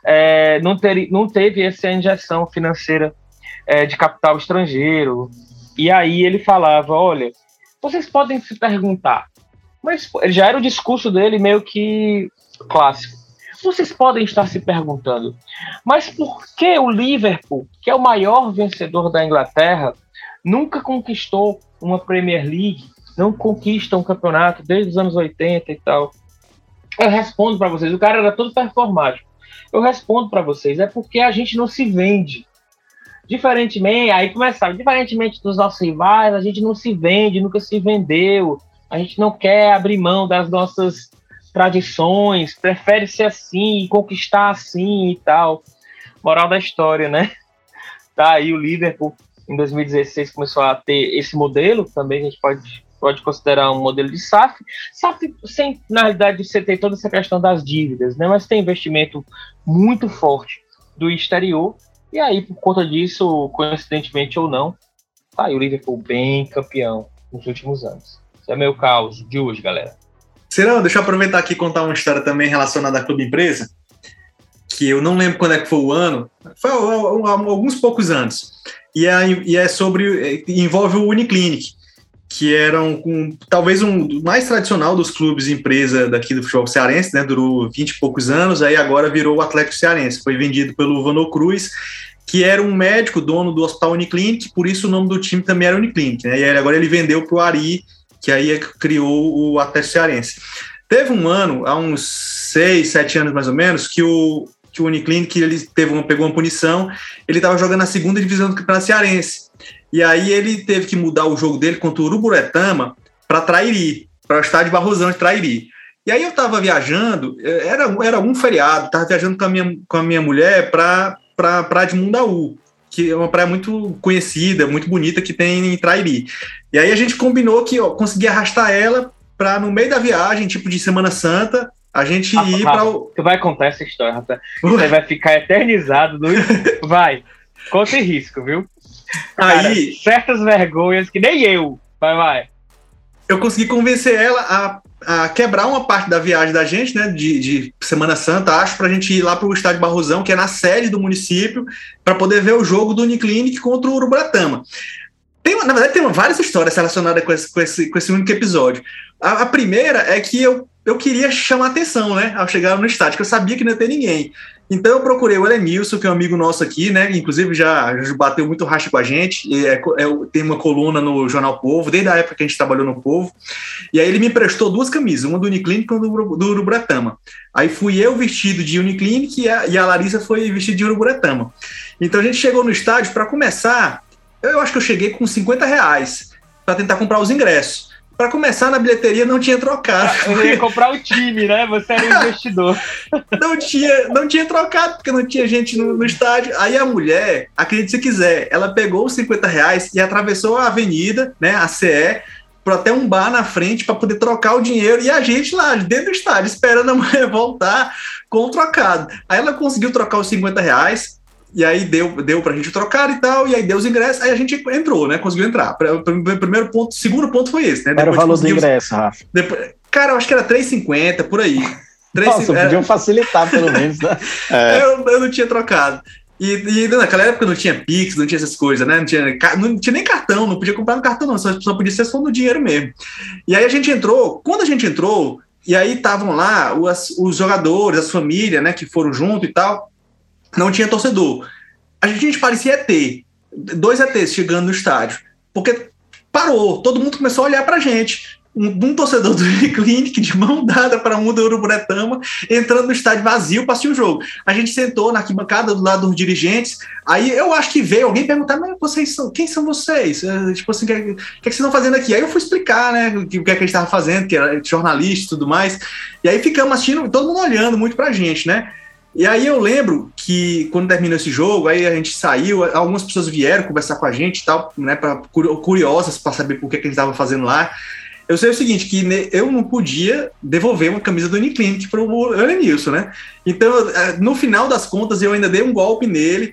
é, não, ter, não teve essa injeção financeira é, de capital estrangeiro. E aí ele falava, olha, vocês podem se perguntar, mas já era o discurso dele meio que clássico, vocês podem estar se perguntando, mas por que o Liverpool, que é o maior vencedor da Inglaterra, nunca conquistou uma Premier League, não conquista um campeonato desde os anos oitenta e tal? Eu respondo para vocês, o cara era todo performático. Eu respondo para vocês, é porque a gente não se vende. Diferentemente, aí começava, diferentemente dos nossos rivais, a gente não se vende, nunca se vendeu, a gente não quer abrir mão das nossas tradições, prefere ser assim, conquistar assim e tal. Moral da história, né? Tá aí o Liverpool, em dois mil e dezesseis, começou a ter esse modelo, também a gente pode... pode considerar um modelo de S A F. S A F, sem, na realidade, você tem toda essa questão das dívidas, né? Mas tem investimento muito forte do exterior, e aí, por conta disso, coincidentemente ou não, tá aí o Liverpool bem campeão nos últimos anos. Esse é meu caos de hoje, galera. Serão, deixa eu aproveitar aqui e contar uma história também relacionada à Clube Empresa, que eu não lembro quando é que foi o ano, foi alguns poucos anos, e é, e é sobre, envolve o Uniclinic, que era um, um, talvez um mais tradicional dos clubes empresa daqui do futebol cearense, né? Durou vinte e poucos anos, aí agora virou o Atlético Cearense, foi vendido pelo Vano Cruz, que era um médico, dono do Hospital Uniclinic, por isso o nome do time também era Uniclinic, né? E aí agora ele vendeu para o Ari, que aí criou o Atlético Cearense. Teve um ano, há uns seis, sete anos mais ou menos, que o, que o Uniclinic ele teve uma, pegou uma punição, ele estava jogando na segunda divisão do Campeonato Cearense. E aí ele teve que mudar o jogo dele contra o Uruburetama para Trairi, para o estádio Barrosão de Trairi. E aí eu estava viajando, era, era um feriado, estava viajando com a minha, com a minha mulher para a praia de Mundaú, que é uma praia muito conhecida, muito bonita, que tem em Trairi. E aí a gente combinou que ó, conseguia arrastar ela para, no meio da viagem, tipo de Semana Santa, a gente Rafa, ir para o... Tu vai contar essa história, Rafa. Você vai ficar eternizado. No... Vai, conta em risco, viu? Cara, aí, certas vergonhas que nem eu. Vai, vai. Eu consegui convencer ela a, a quebrar uma parte da viagem da gente, né, de, de Semana Santa, acho, para a gente ir lá para o estádio Barrosão, que é na sede do município, para poder ver o jogo do Uniclinic contra o Uruburetama. Tem, na verdade, tem várias histórias relacionadas com esse, com esse, com esse único episódio. A, a primeira é que eu, eu queria chamar atenção, né, ao chegar no estádio, que eu sabia que não ia ter ninguém. Então eu procurei o Elenilson, que é um amigo nosso aqui, né? Inclusive já, já bateu muito racha com a gente. E é, é, tem uma coluna no Jornal Povo, desde a época que a gente trabalhou no Povo. E aí ele me emprestou duas camisas, uma do Uniclinic e uma do, do Uruburetama. Aí fui eu vestido de Uniclinic e a, e a Larissa foi vestida de Uruburetama. Então a gente chegou no estádio, para começar, eu acho que eu cheguei com cinquenta reais para tentar comprar os ingressos. Para começar, na bilheteria não tinha trocado. Eu ia comprar o time, né? Você era um investidor. Não tinha, não tinha trocado, porque não tinha gente no, no estádio. Aí a mulher, acredite se quiser, ela pegou os cinquenta reais e atravessou a avenida, né, a C E, para até um bar na frente para poder trocar o dinheiro. E a gente lá, dentro do estádio, esperando a mulher voltar com o trocado. Aí ela conseguiu trocar os cinquenta reais. E aí deu, deu pra gente trocar e tal, e aí deu os ingressos, aí a gente entrou, né? Conseguiu entrar. O primeiro ponto, o segundo ponto foi esse, né? Era depois o valor do ingresso, Rafa. Depois, cara, eu acho que era três reais e cinquenta centavos, por aí. Nossa, era... podiam facilitar, pelo menos, né? É. Eu, eu não tinha trocado. E, e naquela época não tinha Pix, não tinha essas coisas, né? Não tinha, não tinha nem cartão, não podia comprar no cartão, não, só, só podia ser só no dinheiro mesmo. E aí a gente entrou, quando a gente entrou, e aí estavam lá os, os jogadores, as famílias, né, que foram junto e tal, não tinha torcedor. A gente parecia E T, dois E Tês chegando no estádio, porque parou, todo mundo começou a olhar pra gente. Um, um torcedor do Uniclinic de mão dada para um do Uruburetama, entrando no estádio vazio para assistir o jogo. A gente sentou na arquibancada do lado dos dirigentes, aí eu acho que veio alguém perguntar, mas vocês são, quem são vocês? Tipo assim, o que, que, que, que vocês estão fazendo aqui? Aí eu fui explicar, né, o que, o que a gente estava fazendo, que era jornalista e tudo mais, e aí ficamos assistindo, todo mundo olhando muito pra gente, né? E aí eu lembro que quando terminou esse jogo, aí a gente saiu, algumas pessoas vieram conversar com a gente e tal, né, pra, curiosas para saber por que, que a gente estava fazendo lá. Eu sei o seguinte, que eu não podia devolver uma camisa do Uniclinic para o Elenilson, né? Então, no final das contas, eu ainda dei um golpe nele.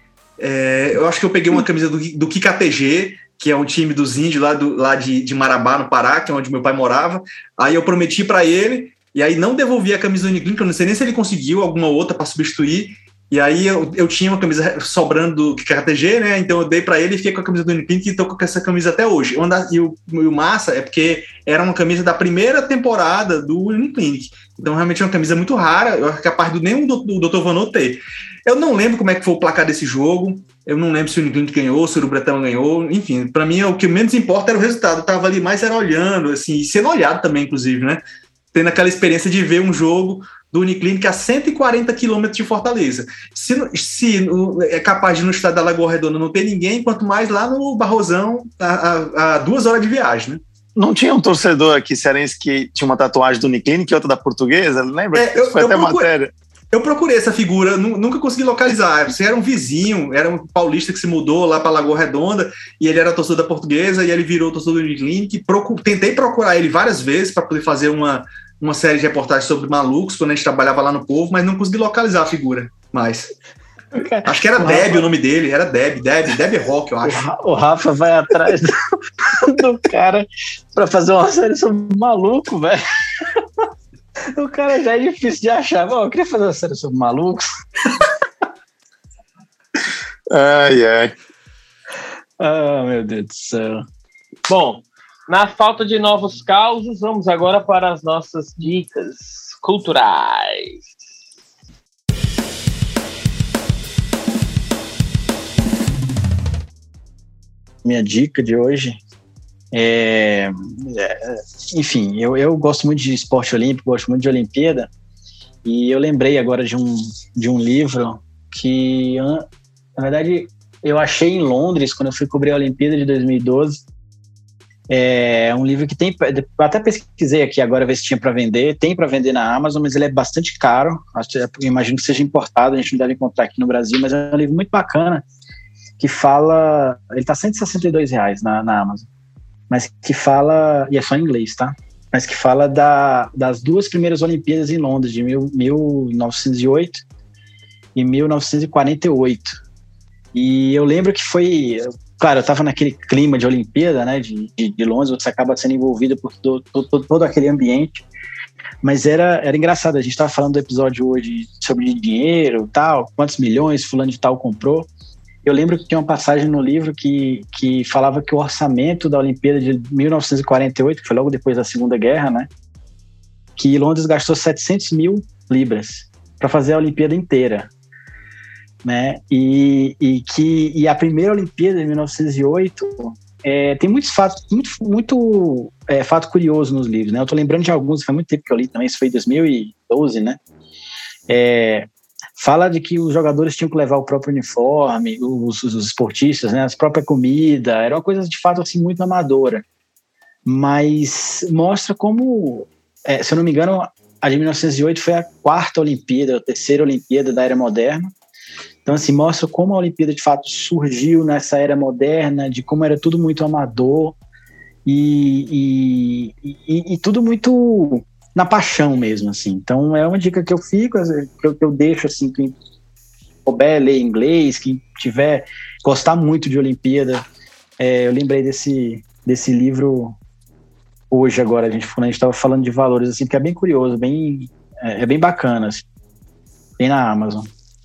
É, eu acho que eu peguei uma camisa do, do Kika T G, que é um time dos índios lá, do, lá de, de Marabá, no Pará, que é onde meu pai morava. Aí eu prometi para ele, e aí não devolvi a camisa do Uniclinic, eu não sei nem se ele conseguiu alguma outra para substituir. E aí eu, eu tinha uma camisa sobrando do K T G, né? Então eu dei para ele e fiquei com a camisa do Uniclinic e tô com essa camisa até hoje. E o, o massa é porque era uma camisa da primeira temporada do Uniclinic. Então realmente é uma camisa muito rara, eu acho que capaz do nenhum do, do doutor Vanot ter. Eu não lembro como é que foi o placar desse jogo, eu não lembro se o Uniclinic ganhou, se o Uruburetama ganhou, enfim, para mim o que menos importa era o resultado. Eu tava ali mais era olhando, assim, e sendo olhado também, inclusive, né? Tendo aquela experiência de ver um jogo do Uniclinic a cento e quarenta quilômetros de Fortaleza. Se, se é capaz de no estado da Lagoa Redonda não ter ninguém, quanto mais lá no Barrosão, a, a, a duas horas de viagem, né? Não tinha um torcedor aqui cearense que tinha uma tatuagem do Uniclinic e outra da Portuguesa? Lembra? É, eu, Foi eu até procurei, matéria. Eu procurei essa figura, nunca consegui localizar. Você era um vizinho, era um paulista que se mudou lá para Lagoa Redonda e ele era torcedor da Portuguesa e ele virou torcedor do Uniclinic. Procu- tentei procurar ele várias vezes para poder fazer uma uma série de reportagens sobre malucos, quando a gente trabalhava lá no Povo, mas não consegui localizar a figura mais. Acho que era o Deb Rafa, o nome dele, era Deb, Deb, Deb Rock, eu acho. O Rafa vai atrás do, do cara pra fazer uma série sobre maluco, velho. O cara já é difícil de achar. Bom, eu queria fazer uma série sobre malucos. Ai, ai. Ah, meu Deus do céu. Bom, na falta de novos causos, vamos agora para as nossas dicas culturais. Minha dica de hoje É, é, enfim, eu, eu gosto muito de esporte olímpico, gosto muito de Olimpíada, e eu lembrei agora de um, de um livro que, na verdade, eu achei em Londres, quando eu fui cobrir a Olimpíada de dois mil e doze. É um livro que tem, eu até pesquisei aqui agora ver se tinha para vender, tem para vender na Amazon, mas ele é bastante caro, eu imagino que seja importado, a gente não deve encontrar aqui no Brasil, mas é um livro muito bacana, que fala, ele está cento e sessenta e dois reais na, na Amazon, mas que fala, e é só em inglês, tá? Mas que fala da, das duas primeiras Olimpíadas em Londres, de mil, mil novecentos e oito e mil novecentos e quarenta e oito. E eu lembro que foi, claro, eu estava naquele clima de Olimpíada, né, de, de, de Londres, você acaba sendo envolvido por todo, todo, todo aquele ambiente, mas era, era engraçado, a gente estava falando do episódio hoje sobre dinheiro, tal, quantos milhões fulano de tal comprou. Eu lembro que tinha uma passagem no livro que, que falava que o orçamento da Olimpíada de mil novecentos e quarenta e oito, que foi logo depois da Segunda Guerra, né, que Londres gastou setecentos mil libras para fazer a Olimpíada inteira, né, e, e que e a primeira Olimpíada de mil novecentos e oito é, tem muitos fatos, muito, muito é, fato curioso nos livros, né, eu tô lembrando de alguns, faz muito tempo que eu li também, isso foi em dois mil e doze, né, é... Fala de que os jogadores tinham que levar o próprio uniforme, os, os esportistas, né, a própria comida, era uma coisa de fato assim, muito amadora. Mas mostra como, é, se eu não me engano, a de mil novecentos e oito foi a quarta Olimpíada, a terceira Olimpíada da era moderna. Então, assim, mostra como a Olimpíada de fato surgiu nessa era moderna, de como era tudo muito amador e, e, e, e tudo muito na paixão mesmo, assim. Então é uma dica que eu fico, que eu, que eu deixo, assim, quem souber ler inglês, quem tiver, gostar muito de Olimpíada, é, eu lembrei desse, desse livro hoje agora, a gente estava falando de valores, assim, que é bem curioso, bem, é, é bem bacana, assim. Tem na Amazon.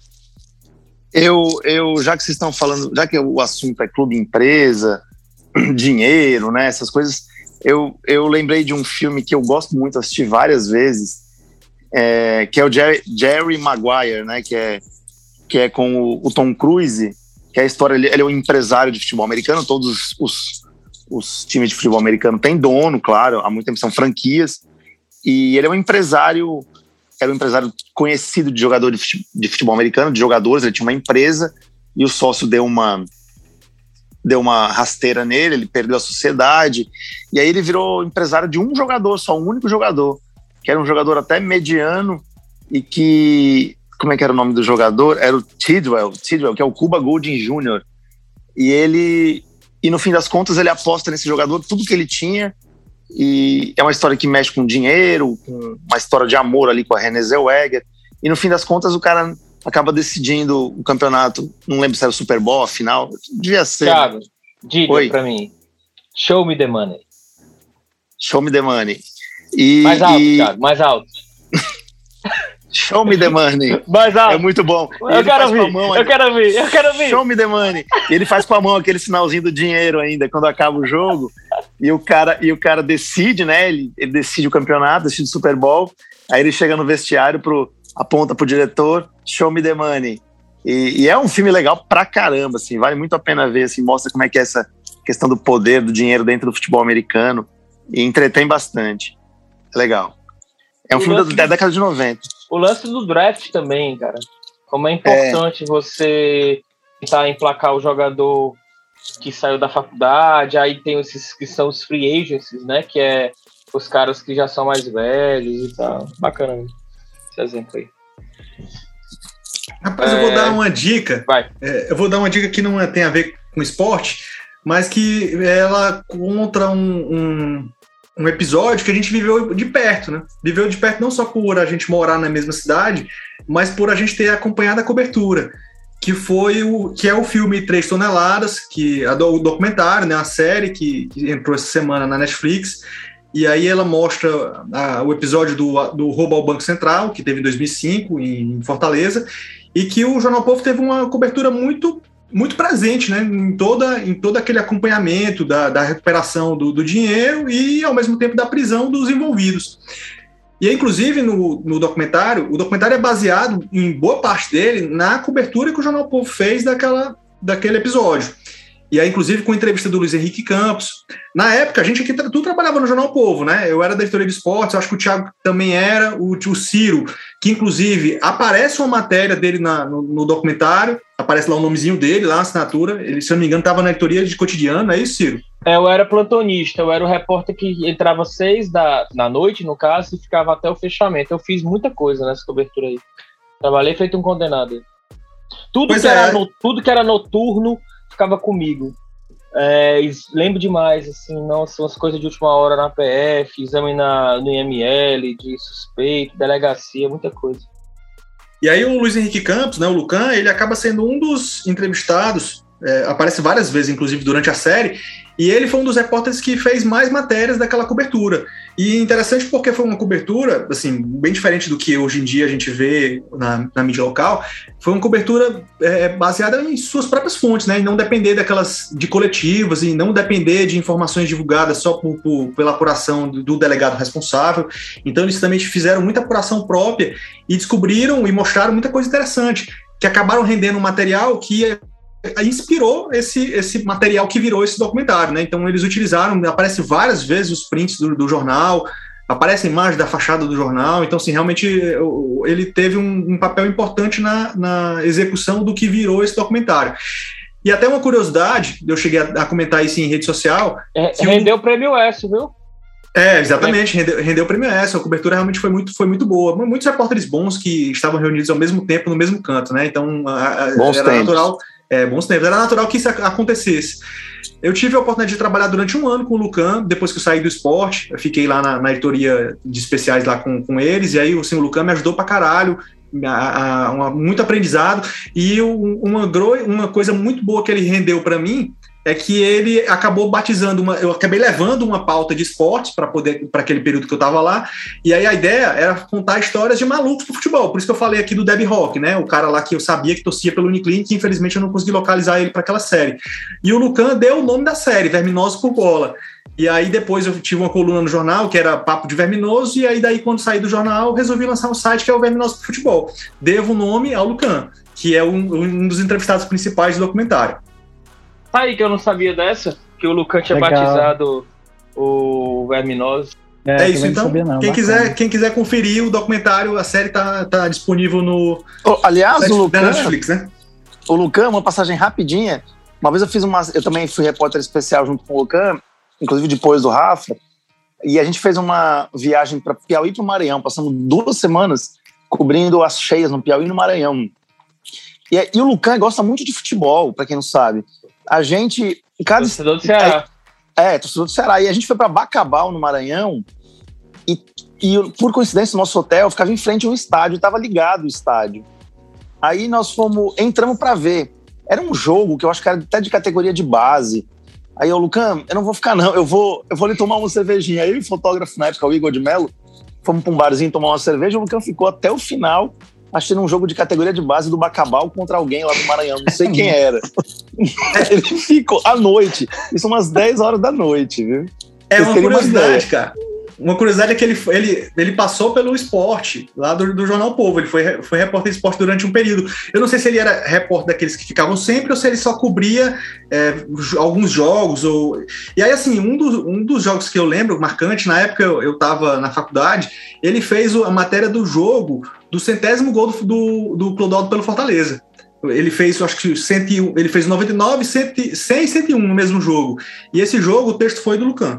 Eu, eu, já que vocês estão falando, já que o assunto é clube empresa, dinheiro, né, essas coisas, Eu, eu lembrei de um filme que eu gosto muito, assisti várias vezes, é, que é o Jerry, Jerry Maguire, né, que é, que é com o, o Tom Cruise, que é a história, ele, ele é um empresário de futebol americano, todos os, os, os times de futebol americano têm dono, claro, há muito tempo são franquias, e ele é um empresário, era um empresário conhecido de jogador de futebol, de futebol americano, de jogadores, ele tinha uma empresa, e o sócio deu uma... deu uma rasteira nele, ele perdeu a sociedade, e aí ele virou empresário de um jogador, só um único jogador, que era um jogador até mediano, e que, como é que era o nome do jogador? Era o Tidwell, Tidwell, que é o Cuba Gooding Júnior, e ele, e no fim das contas ele aposta nesse jogador, tudo que ele tinha, e é uma história que mexe com dinheiro, com uma história de amor ali com a Renée Zellweger, e no fim das contas o cara acaba decidindo o campeonato, não lembro se era o Super Bowl, a final, devia ser. Thiago, diga Oi. pra mim, show me the money. Show me the money. E, mais alto, e... Thiago, mais alto. Show me the money. Mais alto. É muito bom. Eu quero, ver, mão, eu quero ver, eu quero ver. Show me the money. E ele faz com a mão aquele sinalzinho do dinheiro ainda, quando acaba o jogo, e o cara, e o cara decide, né, ele, ele decide o campeonato, decide o Super Bowl, aí ele chega no vestiário, pro, aponta pro diretor, show me the money. E, e é um filme legal pra caramba, assim, vale muito a pena ver, assim, mostra como é que é essa questão do poder, do dinheiro dentro do futebol americano, e entretém bastante. É legal. É um o filme da, da década de noventa. O lance do draft também, cara. Como é importante é. você tentar emplacar o jogador que saiu da faculdade, aí tem esses que são os free agencies, né? Que é os caras que já são mais velhos e tal. Bacana esse exemplo aí. Rapaz, é... eu vou dar uma dica. Vai. É, eu vou dar uma dica que não tem a ver com esporte, mas que ela contra um, um, um episódio que a gente viveu de perto, né? Viveu de perto não só por a gente morar na mesma cidade, mas por a gente ter acompanhado a cobertura, que foi o que é o filme Três Toneladas, que é o documentário, né? A série que, que entrou essa semana na Netflix. E aí ela mostra a, o episódio do, do roubo ao Banco Central, que teve em dois mil e cinco, em Fortaleza, e que o Jornal Povo teve uma cobertura muito, muito presente, né, em, toda, em todo aquele acompanhamento da, da recuperação do, do dinheiro e, ao mesmo tempo, da prisão dos envolvidos. E, inclusive, no, no documentário, o documentário é baseado, em boa parte dele, na cobertura que o Jornal Povo fez daquela, daquele episódio. e aí, inclusive, com a entrevista do Luiz Henrique Campos. Na época, a gente aqui, tu trabalhava no Jornal Povo, né? Eu era da editoria de esportes, eu acho que o Thiago também era, o, o Ciro, que, inclusive, aparece uma matéria dele na, no, no documentário, aparece lá o nomezinho dele, lá a assinatura, ele, se eu não me engano, estava na editoria de cotidiano, é isso, Ciro? É, eu era plantonista, eu era o repórter que entrava às seis da, da noite, no caso, e ficava até o fechamento. Eu fiz muita coisa nessa cobertura aí. Trabalhei feito um condenado. Tudo, que, é. era, no, tudo que era noturno ficava comigo. É, lembro demais, assim, nossa, umas coisas de última hora na P F, exame na, no I M L, de suspeito, delegacia, muita coisa. E aí o Luiz Henrique Campos, né, o Lucan, ele acaba sendo um dos entrevistados, é, aparece várias vezes, inclusive, durante a série, e ele foi um dos repórteres que fez mais matérias daquela cobertura. E interessante porque foi uma cobertura, assim, bem diferente do que hoje em dia a gente vê na, na mídia local, foi uma cobertura é, baseada em suas próprias fontes, né, e não depender daquelas de coletivas, e não depender de informações divulgadas só por, por, pela apuração do, do delegado responsável. Então eles também fizeram muita apuração própria e descobriram e mostraram muita coisa interessante, que acabaram rendendo um material que inspirou esse, esse material que virou esse documentário, né? Então eles utilizaram, aparece várias vezes os prints do, do jornal, aparece a imagem da fachada do jornal, então assim, realmente ele teve um, um papel importante na, na execução do que virou esse documentário. E até uma curiosidade, eu cheguei a, a comentar isso em rede social... É, rendeu o prêmio S, viu? É, exatamente, rendeu, rendeu o prêmio S, a cobertura realmente foi muito, foi muito boa. Muitos repórteres bons que estavam reunidos ao mesmo tempo, no mesmo canto, né? Então a, a, bons era tempos. natural... É, bons tempos. Era natural que isso acontecesse. Eu tive a oportunidade de trabalhar durante um ano com o Lucan, depois que eu saí do esporte, eu fiquei lá na, na editoria de especiais lá com, com eles, e aí assim, o Lucan me ajudou pra caralho, a, a, uma, muito aprendizado, e uma, uma coisa muito boa que ele rendeu para mim é que ele acabou batizando uma, eu acabei levando uma pauta de esportes para poder para aquele período que eu estava lá, e aí a ideia era contar histórias de malucos do futebol. Por isso que eu falei aqui do Debbie Rock, né? O cara lá que eu sabia que torcia pelo Uniclinic, que infelizmente eu não consegui localizar ele para aquela série. E o Lucan deu o nome da série, Verminoso por Bola. E aí depois eu tive uma coluna no jornal que era Papo de Verminoso, e aí daí quando saí do jornal resolvi lançar um site que é o Verminoso por Futebol. Devo o nome ao Lucan, que é um, um dos entrevistados principais do documentário. Aí que eu não sabia dessa, que o Lucan tinha Legal. batizado o Verminoso. É, é isso, então, sabia, não, quem, quiser, quem quiser conferir o documentário, a série tá, tá disponível no, oh, aliás, no o Lucan, Netflix, né? O Lucan, uma passagem rapidinha, uma vez eu fiz uma, eu também fui repórter especial junto com o Lucan, inclusive depois do Rafa, e a gente fez uma viagem para Piauí e para o Maranhão, passamos duas semanas cobrindo as cheias no Piauí e no Maranhão. E, e o Lucan gosta muito de futebol, para quem não sabe. A gente... Cada, torcedor do Ceará. É, é, torcedor do Ceará. E a gente foi para Bacabal, no Maranhão, e, e por coincidência o nosso hotel ficava em frente ao estádio, estava ligado o estádio. Aí nós fomos, entramos para ver. Era um jogo que eu acho que era até de categoria de base. Aí eu, Lucan, eu não vou ficar não, eu vou, eu vou ali tomar uma cervejinha. Aí o fotógrafo na época, o Igor de Mello, fomos para um barzinho tomar uma cerveja, o Lucan ficou até o final assistindo um jogo de categoria de base do Bacabal contra alguém lá do Maranhão, não sei quem era. Ele ficou à noite, isso umas dez horas da noite, viu? É uma curiosidade, uma cara. Uma curiosidade é que ele, ele, ele passou pelo esporte, lá do, do Jornal Povo, ele foi, foi repórter de esporte durante um período. Eu não sei se ele era repórter daqueles que ficavam sempre ou se ele só cobria é, alguns jogos. Ou... E aí, assim, um dos, um dos jogos que eu lembro, marcante, na época eu estava na faculdade, ele fez a matéria do jogo do centésimo gol do, do, do Clodoaldo pelo Fortaleza. Ele fez, acho que cento e um, ele fez noventa e nove, cem e cento e um no mesmo jogo. E esse jogo, o texto foi do Lucan.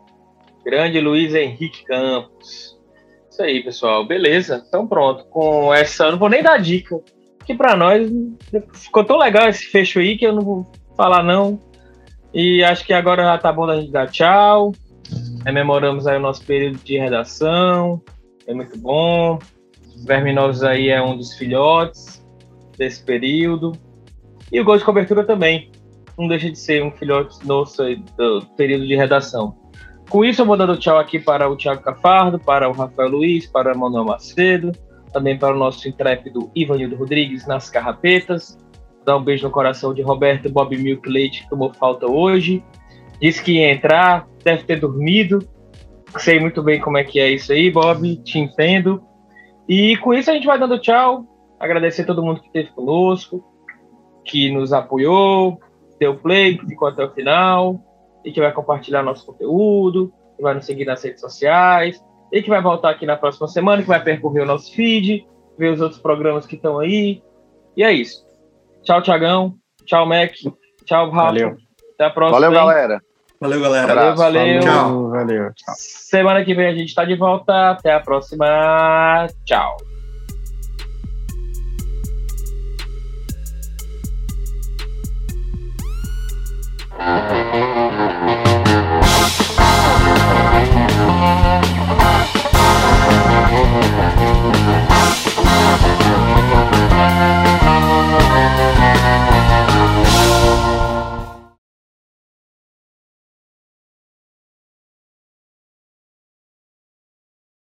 Grande Luiz Henrique Campos. Isso aí, pessoal. Beleza. Então pronto. Com essa, eu não vou nem dar dica. Que para nós ficou tão legal esse fecho aí que eu não vou falar não. E acho que agora já tá bom da gente dar tchau. Rememoramos aí o nosso período de redação. É muito bom. Verminosos aí é um dos filhotes desse período. E o Gol de Cobertura também. Não deixa de ser um filhote nosso aí do período de redação. Com isso, eu vou dando tchau aqui para o Thiago Cafardo, para o Rafael Luiz, para o Manuel Macedo, também para o nosso intrépido Ivanildo Rodrigues nas carrapetas. Dar um beijo no coração de Roberto Bob Milk Leite, que tomou falta hoje. Disse que ia entrar, deve ter dormido. Sei muito bem como é que é isso aí, Bob, te entendo. E com isso a gente vai dando tchau. Agradecer a todo mundo que esteve conosco, que nos apoiou, deu play, que ficou até o final, e que vai compartilhar nosso conteúdo, que vai nos seguir nas redes sociais, e que vai voltar aqui na próxima semana, que vai percorrer o nosso feed, ver os outros programas que estão aí. E é isso. Tchau, Thiagão. Tchau, Mac. Tchau, Rafa. Valeu. Até a próxima. Valeu, hein? galera. Valeu, galera. Valeu, valeu. Tchau. Valeu, tchau. Semana que vem a gente está de volta. Até a próxima. Tchau.